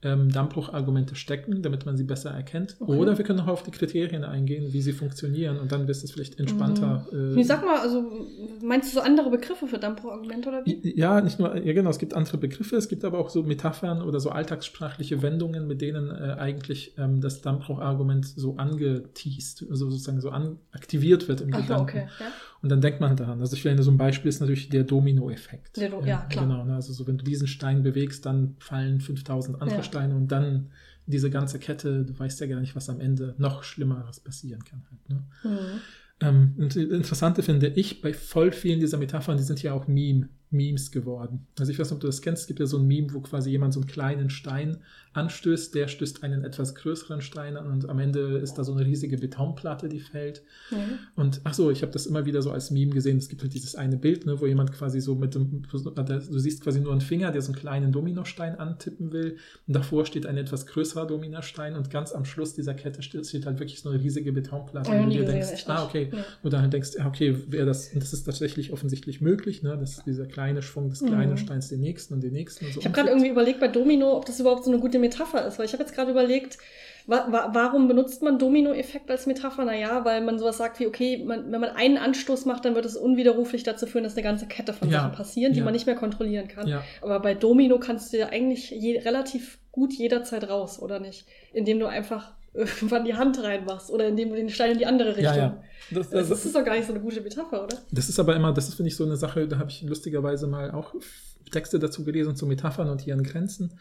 Dammbruchargumente stecken, damit man sie besser erkennt. Okay. Oder wir können auch auf die Kriterien eingehen, wie sie funktionieren und dann wirst du es vielleicht entspannter. Sag mal, also meinst du so andere Begriffe für Dammbruchargumente oder wie? Ja, nicht nur, ja genau, es gibt andere Begriffe, es gibt aber auch so Metaphern oder so alltagssprachliche Wendungen, mit denen eigentlich das Dammbruchargument so angeteast, also sozusagen so aktiviert wird im Gedanken. Okay, ja. Und dann denkt man halt daran. Also ich finde, so ein Beispiel ist natürlich der Domino-Effekt. Ja, klar. Genau, also so, wenn du diesen Stein bewegst, dann fallen 5000 andere Steine und dann diese ganze Kette, du weißt ja gar nicht, was am Ende noch Schlimmeres passieren kann. Halt, ne? Und das Interessante finde ich, bei voll vielen dieser Metaphern, die sind ja auch Memes geworden. Also ich weiß nicht, ob du das kennst, es gibt ja so ein Meme, wo quasi jemand so einen kleinen Stein anstößt, der stößt einen etwas größeren Stein an und am Ende ist da so eine riesige Betonplatte, die fällt. Und ich habe das immer wieder so als Meme gesehen, es gibt halt dieses eine Bild, ne, wo jemand quasi so du siehst quasi nur einen Finger, der so einen kleinen Dominostein antippen will und davor steht ein etwas größerer Dominostein und ganz am Schluss dieser Kette steht halt wirklich so eine riesige Betonplatte, wo du dir denkst, okay, oder halt denkst, okay, das ist tatsächlich offensichtlich möglich, ne, dass dieser kleine Schwung des kleinen Steins den nächsten und den nächsten und so. Ich habe gerade irgendwie überlegt bei Domino, ob das überhaupt so eine gute Metapher ist, weil ich habe jetzt gerade überlegt, warum benutzt man Domino-Effekt als Metapher? Naja, weil man sowas sagt wie, okay, wenn man einen Anstoß macht, dann wird es unwiderruflich dazu führen, dass eine ganze Kette von Sachen passieren, die man nicht mehr kontrollieren kann. Ja. Aber bei Domino kannst du ja eigentlich relativ gut jederzeit raus, oder nicht? Indem du einfach irgendwann die Hand reinmachst oder indem du den Stein in die andere Richtung. Ja. Das ist doch gar nicht so eine gute Metapher, oder? Das ist aber immer, finde ich, so eine Sache, da habe ich lustigerweise mal auch Texte dazu gelesen zu Metaphern und ihren Grenzen.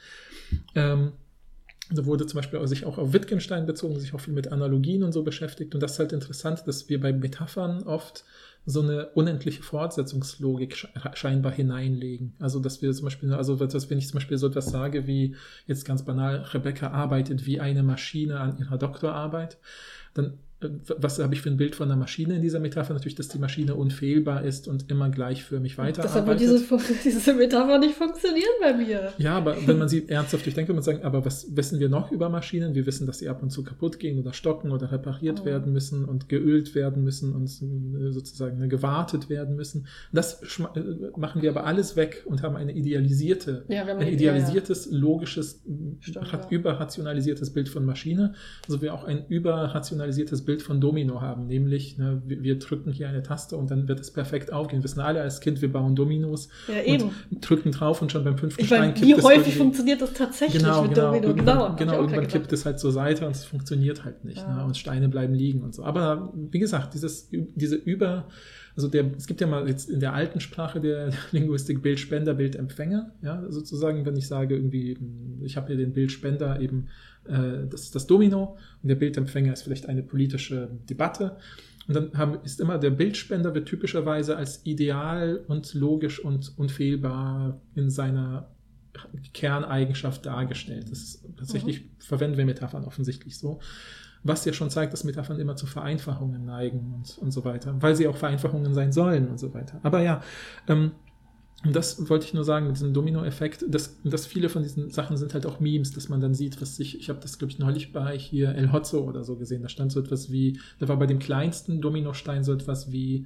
Da wurde zum Beispiel sich auch auf Wittgenstein bezogen, sich auch viel mit Analogien und so beschäftigt. Und das ist halt interessant, dass wir bei Metaphern oft so eine unendliche Fortsetzungslogik scheinbar hineinlegen. Also, dass wir zum Beispiel, wenn ich zum Beispiel so etwas sage wie, jetzt ganz banal, Rebecca arbeitet wie eine Maschine an ihrer Doktorarbeit, dann was habe ich für ein Bild von einer Maschine in dieser Metapher? Natürlich, dass die Maschine unfehlbar ist und immer gleichförmig weiterarbeitet. Deshalb wird diese Metapher nicht funktionieren bei mir. Ja, aber wenn man sie ernsthaft durchdenkt, würde man sagen, aber was wissen wir noch über Maschinen? Wir wissen, dass sie ab und zu kaputt gehen oder stocken oder repariert werden müssen und geölt werden müssen und sozusagen gewartet werden müssen. Das machen wir aber alles weg und haben ein idealisiertes, logisches, überrationalisiertes Bild von Maschine, so wie auch ein überrationalisiertes Bild von Domino haben, nämlich wir drücken hier eine Taste und dann wird es perfekt aufgehen. Wir wissen alle als Kind, wir bauen Dominos und drücken drauf und schon beim 5. Stein kippt es. Wie häufig funktioniert das tatsächlich mit Domino? Irgendwann kippt es halt zur Seite und es funktioniert halt nicht. Ja. Und Steine bleiben liegen und so. Aber wie gesagt, es gibt ja mal jetzt in der alten Sprache der Linguistik Bildspender, Bildempfänger. Ja, sozusagen, wenn ich sage irgendwie, ich habe hier den Bildspender eben, das ist das Domino und der Bildempfänger ist vielleicht eine politische Debatte. Und dann ist immer der Bildspender wird typischerweise als ideal und logisch und unfehlbar in seiner Kerneigenschaft dargestellt. Das ist tatsächlich, verwenden wir Metaphern offensichtlich so. Was ja schon zeigt, dass Metaphern immer zu Vereinfachungen neigen und so weiter, weil sie auch Vereinfachungen sein sollen und so weiter. Aber ja, das wollte ich nur sagen mit diesem Domino-Effekt, dass viele von diesen Sachen sind halt auch Memes, dass man dann sieht, ich habe das, glaube ich, neulich bei hier El Hotzo oder so gesehen, da stand so etwas wie, da war bei dem kleinsten Dominostein so etwas wie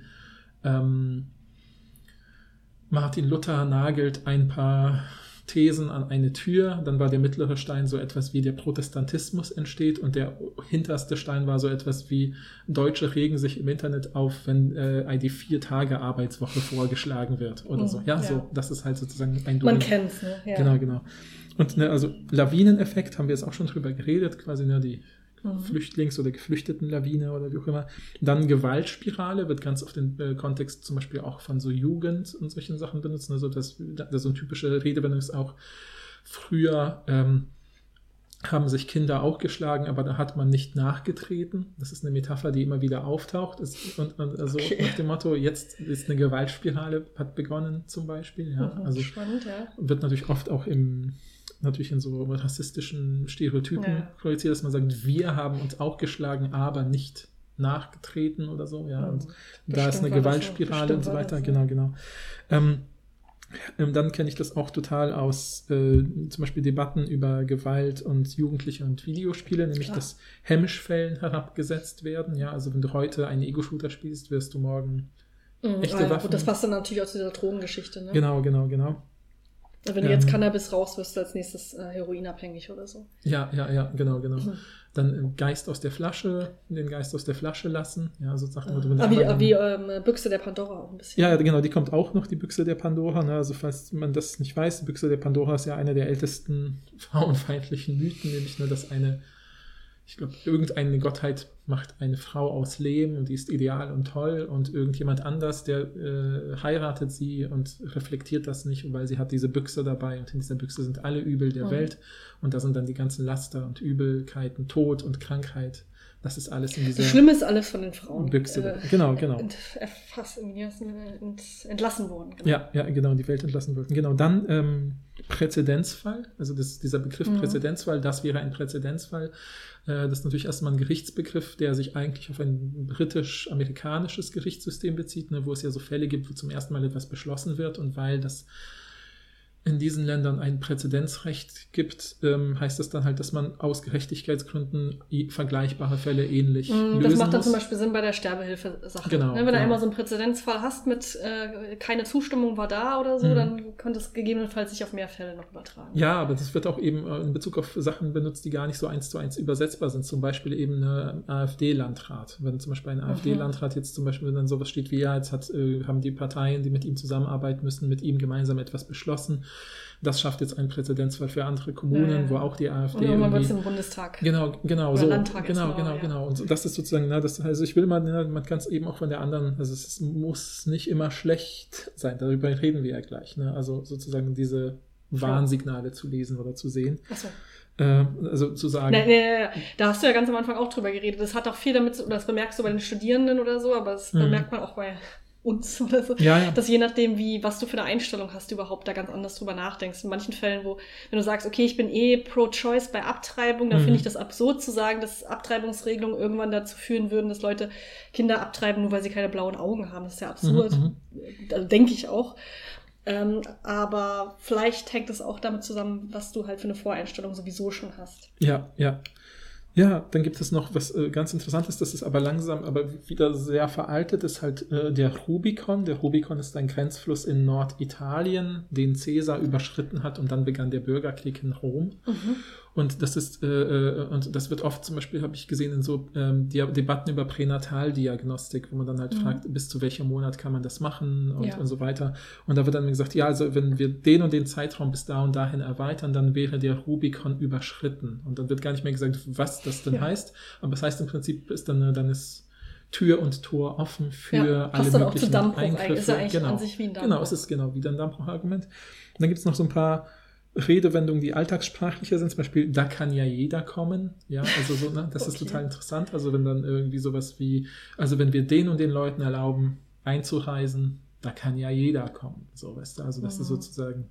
Martin Luther nagelt ein paar Thesen an eine Tür, dann war der mittlere Stein so etwas wie der Protestantismus entsteht und der hinterste Stein war so etwas wie Deutsche regen sich im Internet auf, wenn die 4-Tage-Arbeitswoche vorgeschlagen wird oder so. Ja, so, das ist halt sozusagen ein Domino. Man kennt's, ne? Ja. Genau. Und also Lawineneffekt, haben wir jetzt auch schon drüber geredet, quasi die Flüchtlings- oder Geflüchtetenlawine oder wie auch immer. Dann Gewaltspirale wird ganz oft im Kontext zum Beispiel auch von so Jugend und solchen Sachen benutzt. Also das so eine typische Redewendung ist auch, früher haben sich Kinder auch geschlagen, aber da hat man nicht nachgetreten. Das ist eine Metapher, die immer wieder auftaucht. Nach dem Motto, jetzt ist eine Gewaltspirale, hat begonnen zum Beispiel. Ja. Also spannend, ja. Wird natürlich oft auch in so rassistischen Stereotypen projiziert, dass man sagt, wir haben uns auch geschlagen, aber nicht nachgetreten oder so. Ja. Und da ist eine Gewaltspirale und so weiter. Genau. Dann kenne ich das auch total aus zum Beispiel Debatten über Gewalt und Jugendliche und Videospiele, nämlich dass Hemmschwellen herabgesetzt werden. Ja, also wenn du heute einen Ego-Shooter spielst, wirst du morgen echte Waffen. Und das passt dann natürlich auch zu dieser Drogengeschichte. Ne? Genau. Wenn du jetzt Cannabis rauchst, wirst du als nächstes heroinabhängig oder so. Ja, genau. Dann Geist aus der Flasche, den Geist aus der Flasche lassen. Ja, so Sachen. Wie Büchse der Pandora auch ein bisschen. Ja, genau, die kommt auch noch, die Büchse der Pandora. Ne? Also falls man das nicht weiß, die Büchse der Pandora ist ja einer der ältesten frauenfeindlichen Mythen, nämlich nur, dass ich glaube, irgendeine Gottheit macht eine Frau aus Lehm und die ist ideal und toll und irgendjemand anders, der heiratet sie und reflektiert das nicht, weil sie hat diese Büchse dabei und in dieser Büchse sind alle Übel der Welt und da sind dann die ganzen Laster und Übelkeiten, Tod und Krankheit. Das ist alles in dieser Das Schlimme ist alles von den Frauen. Büchse. Genau. Entlassen worden. Genau. Ja, genau, in die Welt entlassen worden. Genau, dann Präzedenzfall, also dieser Begriff Präzedenzfall, das wäre ein Präzedenzfall. Das ist natürlich erstmal ein Gerichtsbegriff, der sich eigentlich auf ein britisch-amerikanisches Gerichtssystem bezieht, ne, wo es ja so Fälle gibt, wo zum ersten Mal etwas beschlossen wird und weil das in diesen Ländern ein Präzedenzrecht gibt, heißt das dann halt, dass man aus Gerechtigkeitsgründen vergleichbare Fälle ähnlich lösen muss. Das macht dann zum Beispiel Sinn bei der Sterbehilfe-Sache. Genau, wenn du einmal so einen Präzedenzfall hast mit keine Zustimmung war da oder so, dann könnte es gegebenenfalls sich auf mehr Fälle noch übertragen. Ja, aber das wird auch eben in Bezug auf Sachen benutzt, die gar nicht so 1:1 übersetzbar sind. Zum Beispiel eben eine AfD-Landrat. Wenn zum Beispiel ein AfD-Landrat jetzt zum Beispiel dann sowas steht wie, ja, jetzt haben die Parteien, die mit ihm zusammenarbeiten müssen, mit ihm gemeinsam etwas beschlossen. Das schafft jetzt einen Präzedenzfall für andere Kommunen, wo auch die AfD und man wird im Bundestag. Genau, oder so. Landtag Genau. Und das ist sozusagen, also ich will mal, man kann es eben auch von der anderen, also es muss nicht immer schlecht sein, darüber reden wir ja gleich, ne? Also sozusagen diese Warnsignale zu lesen oder zu sehen. Ach so. Also zu sagen. Da hast du ja ganz am Anfang auch drüber geredet. Das hat auch viel damit, oder das bemerkst du bei den Studierenden oder so, aber das bemerkt man auch bei uns oder so, dass je nachdem, was du für eine Einstellung hast, du überhaupt da ganz anders drüber nachdenkst. In manchen Fällen, wenn du sagst, okay, ich bin pro-choice bei Abtreibung, dann finde ich das absurd zu sagen, dass Abtreibungsregelungen irgendwann dazu führen würden, dass Leute Kinder abtreiben, nur weil sie keine blauen Augen haben. Das ist ja absurd. Also denke ich auch. Aber vielleicht hängt es auch damit zusammen, was du halt für eine Voreinstellung sowieso schon hast. Ja, dann gibt es noch was ganz Interessantes, das ist aber langsam, aber wieder sehr veraltet, ist halt der Rubikon. Der Rubikon ist ein Grenzfluss in Norditalien, den Caesar überschritten hat und dann begann der Bürgerkrieg in Rom. Und das ist, und das wird oft zum Beispiel, habe ich gesehen, in so Debatten über Pränataldiagnostik, wo man dann halt fragt, bis zu welchem Monat kann man das machen und so weiter. Und da wird dann gesagt, ja, also wenn wir den und den Zeitraum bis da und dahin erweitern, dann wäre der Rubikon überschritten. Und dann wird gar nicht mehr gesagt, was das denn heißt. Aber das heißt im Prinzip, ist dann ist Tür und Tor offen für alle möglichen Eingriffe. Ist ja eigentlich an sich wie ein Dammbruch. Genau, es ist genau wieder ein Dammbruchargument. Und dann gibt es noch so ein paar Redewendungen, die alltagssprachlicher sind, zum Beispiel, da kann ja jeder kommen, ja, also so, ne, das ist total interessant, also wenn dann irgendwie sowas wie, also wenn wir den und den Leuten erlauben, einzureisen, da kann ja jeder kommen, so, weißt du, also das ist sozusagen,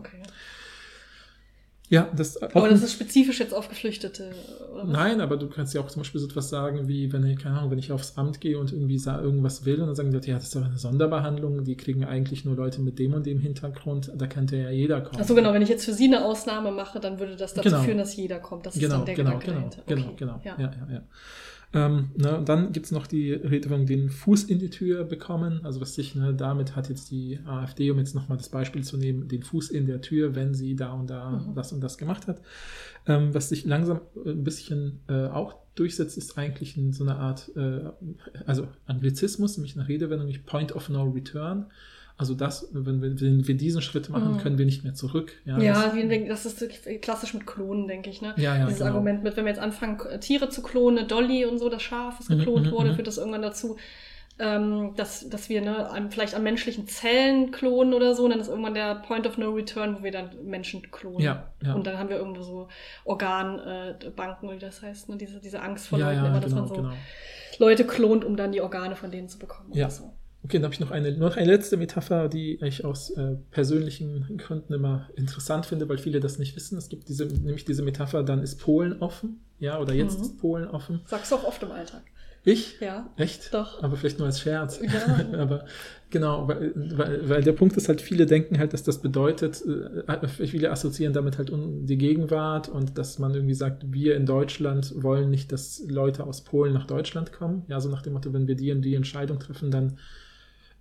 ja, aber das ist spezifisch jetzt auf Geflüchtete, oder was? Nein, aber du kannst ja auch zum Beispiel so etwas sagen, wie, wenn ich aufs Amt gehe und irgendwie irgendwas will und dann sagen die Leute, ja, das ist doch eine Sonderbehandlung, die kriegen eigentlich nur Leute mit dem und dem Hintergrund, da könnte ja jeder kommen. Achso, genau, wenn ich jetzt für sie eine Ausnahme mache, dann würde das dazu führen, dass jeder kommt. Das ist dann der Gedanke dahinter. Genau. Ja. Und dann gibt es noch die Redewendung, den Fuß in die Tür bekommen, also damit hat jetzt die AfD, um jetzt nochmal das Beispiel zu nehmen, den Fuß in der Tür, wenn sie da und da das und das gemacht hat. Was sich langsam ein bisschen auch durchsetzt, ist eigentlich so eine Art, also Anglizismus, nämlich eine Redewendung, nämlich Point of No Return. Also wenn wir diesen Schritt machen, können wir nicht mehr zurück. Das ist klassisch mit Klonen, denke ich. Ne? Dieses Argument mit, wenn wir jetzt anfangen, Tiere zu klonen, Dolly und so, das Schaf, das geklont wurde, führt das irgendwann dazu, dass wir vielleicht an menschlichen Zellen klonen oder so, und dann ist irgendwann der Point of No Return, wo wir dann Menschen klonen. Ja. Und dann haben wir irgendwo so Organbanken, wie das heißt, ne? Diese Angst vor Leuten, immer, dass man Leute klont, um dann die Organe von denen zu bekommen. Ja. Oder so. Okay, dann habe ich noch eine letzte Metapher, die ich aus persönlichen Gründen immer interessant finde, weil viele das nicht wissen. Es gibt nämlich diese Metapher, dann ist Polen offen, ja, oder jetzt ist Polen offen. Sagst du auch oft im Alltag. Ich? Ja. Echt? Doch. Aber vielleicht nur als Scherz. Ja. Aber genau, weil der Punkt ist halt, viele denken halt, dass das bedeutet, viele assoziieren damit halt die Gegenwart und dass man irgendwie sagt, wir in Deutschland wollen nicht, dass Leute aus Polen nach Deutschland kommen. Ja, so nach dem Motto, wenn wir die und die Entscheidung treffen, dann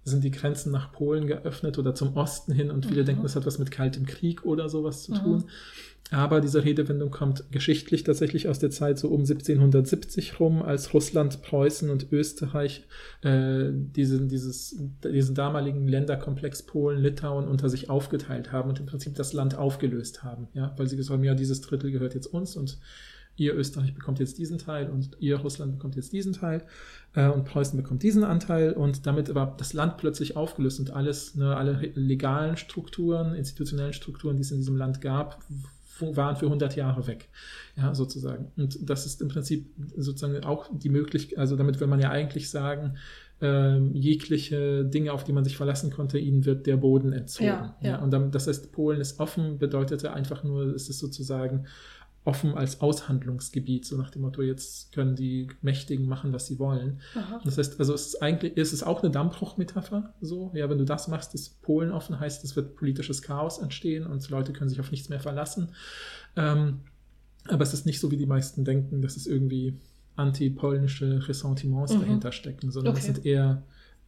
sind die Grenzen nach Polen geöffnet oder zum Osten hin und viele denken, das hat was mit Kaltem Krieg oder sowas zu tun. Aber diese Redewendung kommt geschichtlich tatsächlich aus der Zeit so um 1770 rum, als Russland, Preußen und Österreich diesen damaligen Länderkomplex Polen, Litauen unter sich aufgeteilt haben und im Prinzip das Land aufgelöst haben. Ja? Weil sie gesagt haben, ja, dieses Drittel gehört jetzt uns und ihr Österreich bekommt jetzt diesen Teil und ihr Russland bekommt jetzt diesen Teil und Preußen bekommt diesen Anteil und damit war das Land plötzlich aufgelöst und alles, ne, alle legalen Strukturen, institutionellen Strukturen, die es in diesem Land gab, waren für 100 Jahre weg, ja, sozusagen. Und das ist im Prinzip sozusagen auch die Möglichkeit, also damit will man ja eigentlich sagen, jegliche Dinge, auf die man sich verlassen konnte, ihnen wird der Boden entzogen. Ja. Und dann, das heißt, Polen ist offen, bedeutete einfach nur, es ist sozusagen offen als Aushandlungsgebiet, so nach dem Motto, jetzt können die Mächtigen machen, was sie wollen. Aha. Das heißt, also es ist auch eine Dammbruchmetapher, so, ja, wenn du das machst, ist Polen offen, heißt, es wird politisches Chaos entstehen und Leute können sich auf nichts mehr verlassen. Aber es ist nicht so, wie die meisten denken, dass es irgendwie anti-polnische Ressentiments dahinter stecken, sondern es sind eher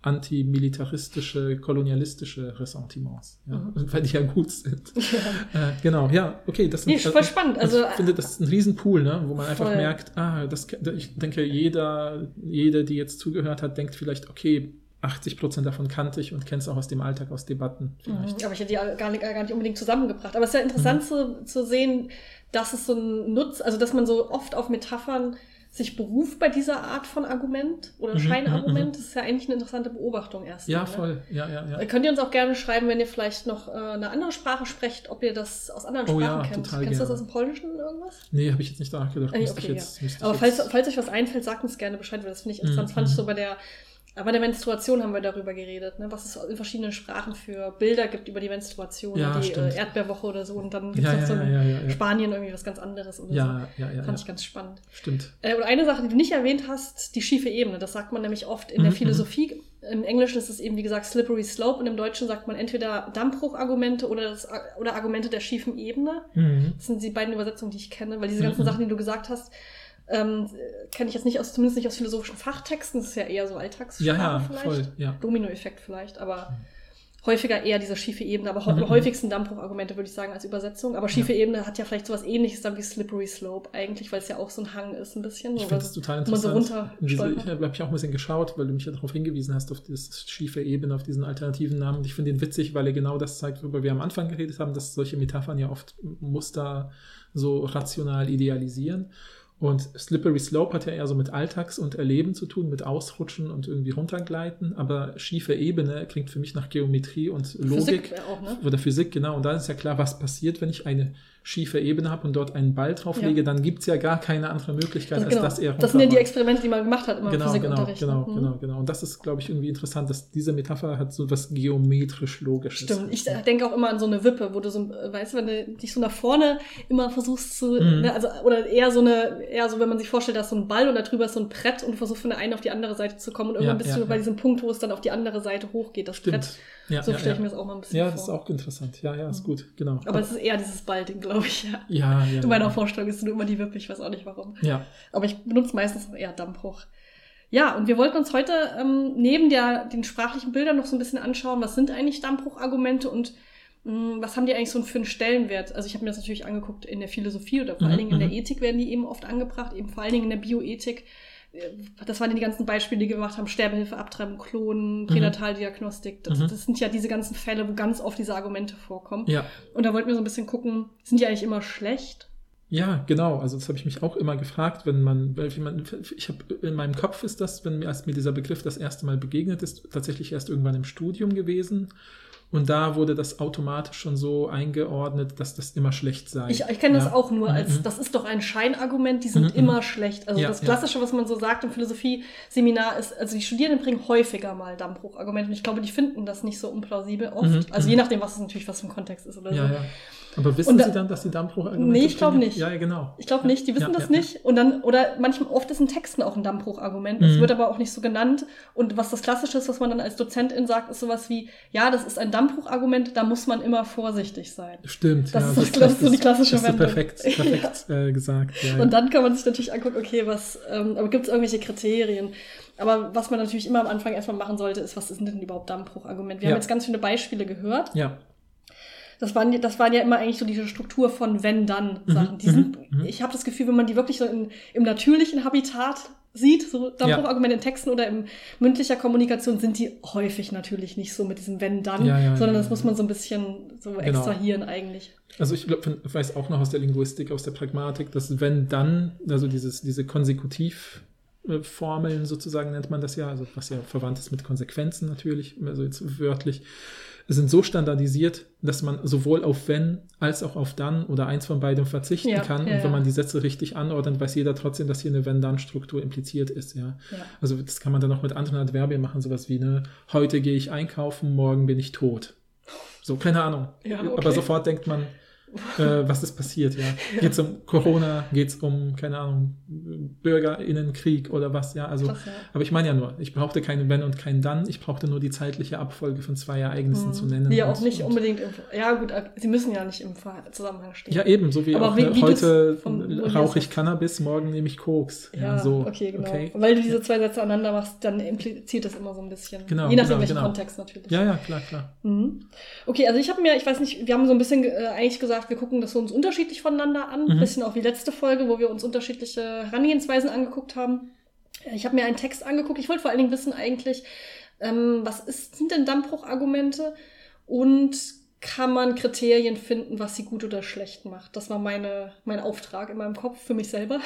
antimilitaristische, kolonialistische Ressentiments, ja, weil die ja gut sind. Ja. Genau, ja, okay. Das ist voll spannend. Also, ich finde, das ist ein Riesenpool, ne, wo man einfach merkt, ich denke, jede, die jetzt zugehört hat, denkt vielleicht, okay, 80% davon kannte ich und kenne es auch aus dem Alltag, aus Debatten vielleicht. Aber ich hätte die gar nicht unbedingt zusammengebracht. Aber es ist ja interessant zu sehen, dass es so ein also dass man so oft auf Metaphern sich beruft bei dieser Art von Argument oder Scheinargument, das ist ja eigentlich eine interessante Beobachtung erst. Ja, voll. Ja. Könnt ihr uns auch gerne schreiben, wenn ihr vielleicht noch eine andere Sprache sprecht, ob ihr das aus anderen Sprachen kennt. Kennst du das aus dem Polnischen irgendwas? Nee, habe ich jetzt nicht nachgedacht. Aber falls euch was einfällt, sagt uns gerne Bescheid, weil das finde ich interessant. Fand ich so bei der Menstruation haben wir darüber geredet, ne? Was es in verschiedenen Sprachen für Bilder gibt über die Menstruation, die Erdbeerwoche oder so. Und dann gibt es noch Spanien irgendwie was ganz anderes oder so. Fand ich ganz spannend. Stimmt. Und eine Sache, die du nicht erwähnt hast, die schiefe Ebene. Das sagt man nämlich oft in der Philosophie. Im Englischen ist es eben, wie gesagt, slippery slope und im Deutschen sagt man entweder Dammbruchargumente oder Argumente der schiefen Ebene. Das sind die beiden Übersetzungen, die ich kenne, weil diese ganzen Sachen, die du gesagt hast, kenne ich jetzt zumindest nicht aus philosophischen Fachtexten, das ist ja eher so Alltagssprache vielleicht. Voll, Dominoeffekt vielleicht, aber häufiger eher diese schiefe Ebene, aber am häufigsten Dammbruchargumente, würde ich sagen, als Übersetzung. Aber schiefe Ebene hat ja vielleicht sowas Ähnliches dann wie Slippery Slope eigentlich, weil es ja auch so ein Hang ist ein bisschen. Ich finde das total interessant. Ich habe ja auch ein bisschen geschaut, weil du mich ja darauf hingewiesen hast, auf das schiefe Ebene, auf diesen alternativen Namen. Und ich finde ihn witzig, weil er genau das zeigt, worüber wir am Anfang geredet haben, dass solche Metaphern ja oft Muster so rational idealisieren. Und Slippery Slope hat ja eher so mit Alltags- und Erleben zu tun, mit Ausrutschen und irgendwie runtergleiten, aber schiefe Ebene klingt für mich nach Geometrie und Logik. Physik auch, ne? Oder Physik, genau. Und da ist ja klar, was passiert, wenn ich eine schiefe Ebene habe und dort einen Ball drauflege, dann gibt es ja gar keine andere Möglichkeit, als dass er runterrollt. Das sind ja die Experimente, die man gemacht hat, immer im Physikunterricht. Genau. Und das ist, glaube ich, irgendwie interessant, dass diese Metapher hat so was geometrisch-logisches. Stimmt. Ich denke auch immer an so eine Wippe, wo du so, weißt du, wenn du dich so nach vorne immer versuchst zu, ne, also, oder eher so, wenn man sich vorstellt, da ist so ein Ball und da drüber ist so ein Brett und du versuchst von der einen auf die andere Seite zu kommen und irgendwann bist du bei diesem Punkt, wo es dann auf die andere Seite hochgeht, das Brett. So stelle ich mir das auch mal ein bisschen vor. Ja, das ist auch interessant. Ja, ist gut, genau. Aber es ist eher dieses Ballding, glaube ich. Ja. In meiner Vorstellung ist es nur immer die Wippe, ich weiß auch nicht warum. Ja. Aber ich benutze meistens eher Dammbruch. Ja, und wir wollten uns heute neben den sprachlichen Bildern noch so ein bisschen anschauen, was sind eigentlich Dammbruchargumente und was haben die eigentlich so für einen Stellenwert? Also ich habe mir das natürlich angeguckt in der Philosophie oder vor allen Dingen in der Ethik werden die eben oft angebracht, eben vor allen Dingen in der Bioethik. Das waren die ganzen Beispiele, die wir gemacht haben, Sterbehilfe, Abtreibung, Klonen, Pränataldiagnostik. Das sind ja diese ganzen Fälle, wo ganz oft diese Argumente vorkommen. Ja. Und da wollten wir so ein bisschen gucken, sind die eigentlich immer schlecht? Ja, genau. Also das habe ich mich auch immer gefragt, in meinem Kopf ist das, als mir dieser Begriff das erste Mal begegnet ist, tatsächlich erst irgendwann im Studium gewesen. Und da wurde das automatisch schon so eingeordnet, dass das immer schlecht sei. Ich kenne das auch nur als, das ist doch ein Scheinargument, die sind immer schlecht. Also das Klassische, was man so sagt im Philosophieseminar ist, also die Studierenden bringen häufiger mal Dammbruchargumente und ich glaube, die finden das nicht so unplausibel oft. Also je nachdem, was für ein Kontext ist oder so. Aber wissen Sie dann, dass die Dammbruchargumente... Nee, ich glaube nicht. Ja, genau. Ich glaube nicht, die wissen das nicht. Und dann, oder manchmal, oft ist in Texten auch ein Dammbruchargument. Das wird aber auch nicht so genannt. Und was das Klassische ist, was man dann als Dozentin sagt, ist sowas wie, ja, das ist ein Dammbruchargument, da muss man immer vorsichtig sein. Stimmt, das ist so die klassische Wendung. Perfekt gesagt. Ja. Und dann kann man sich natürlich angucken, okay, aber gibt es irgendwelche Kriterien? Aber was man natürlich immer am Anfang erstmal machen sollte, ist, was ist denn überhaupt Dammbruchargument? Wir haben jetzt ganz viele Beispiele gehört. Ja. Das waren ja immer eigentlich so diese Struktur von Wenn-Dann-Sachen. Ich habe das Gefühl, wenn man die wirklich so im natürlichen Habitat sieht, so Dammbruchargumente in Texten oder in mündlicher Kommunikation, sind die häufig natürlich nicht so mit diesem Wenn-Dann, sondern das muss man so ein bisschen so extrahieren eigentlich. Also ich weiß auch noch aus der Linguistik, aus der Pragmatik, dass Wenn-Dann, also diese Konsekutivformeln sozusagen nennt man das ja, also was ja verwandt ist mit Konsequenzen natürlich, also jetzt wörtlich, sind so standardisiert, dass man sowohl auf wenn als auch auf dann oder eins von beidem verzichten kann. Und wenn man die Sätze richtig anordnet, weiß jeder trotzdem, dass hier eine Wenn-Dann-Struktur impliziert ist. Ja. Also das kann man dann auch mit anderen Adverbien machen, sowas wie, heute gehe ich einkaufen, morgen bin ich tot. So, keine Ahnung. Ja, okay. Aber sofort denkt man, was ist passiert, ja. Geht es um Corona, geht es um, keine Ahnung, BürgerInnenkrieg oder was, ja. Also, krass, ja. Aber ich meine ja nur, ich brauchte kein Wenn und kein Dann, ich brauchte nur die zeitliche Abfolge von zwei Ereignissen zu nennen. Die ja auch nicht unbedingt, sie müssen ja nicht im Zusammenhang stehen. Ja, eben, so wie aber auch heute rauche ich Cannabis, morgen nehme ich Koks. Ja, so. Okay, genau. Okay. Weil du diese zwei Sätze aneinander machst, dann impliziert das immer so ein bisschen. Genau, je nachdem, welchen Kontext natürlich. Ja, klar. Okay, also ich weiß nicht, wir haben so ein bisschen eigentlich gesagt, wir gucken das so uns unterschiedlich voneinander an. Ein bisschen auch wie letzte Folge, wo wir uns unterschiedliche Herangehensweisen angeguckt haben. Ich habe mir einen Text angeguckt. Ich wollte vor allen Dingen wissen eigentlich, was sind denn Dammbruchargumente und kann man Kriterien finden, was sie gut oder schlecht macht? Das war mein Auftrag in meinem Kopf für mich selber.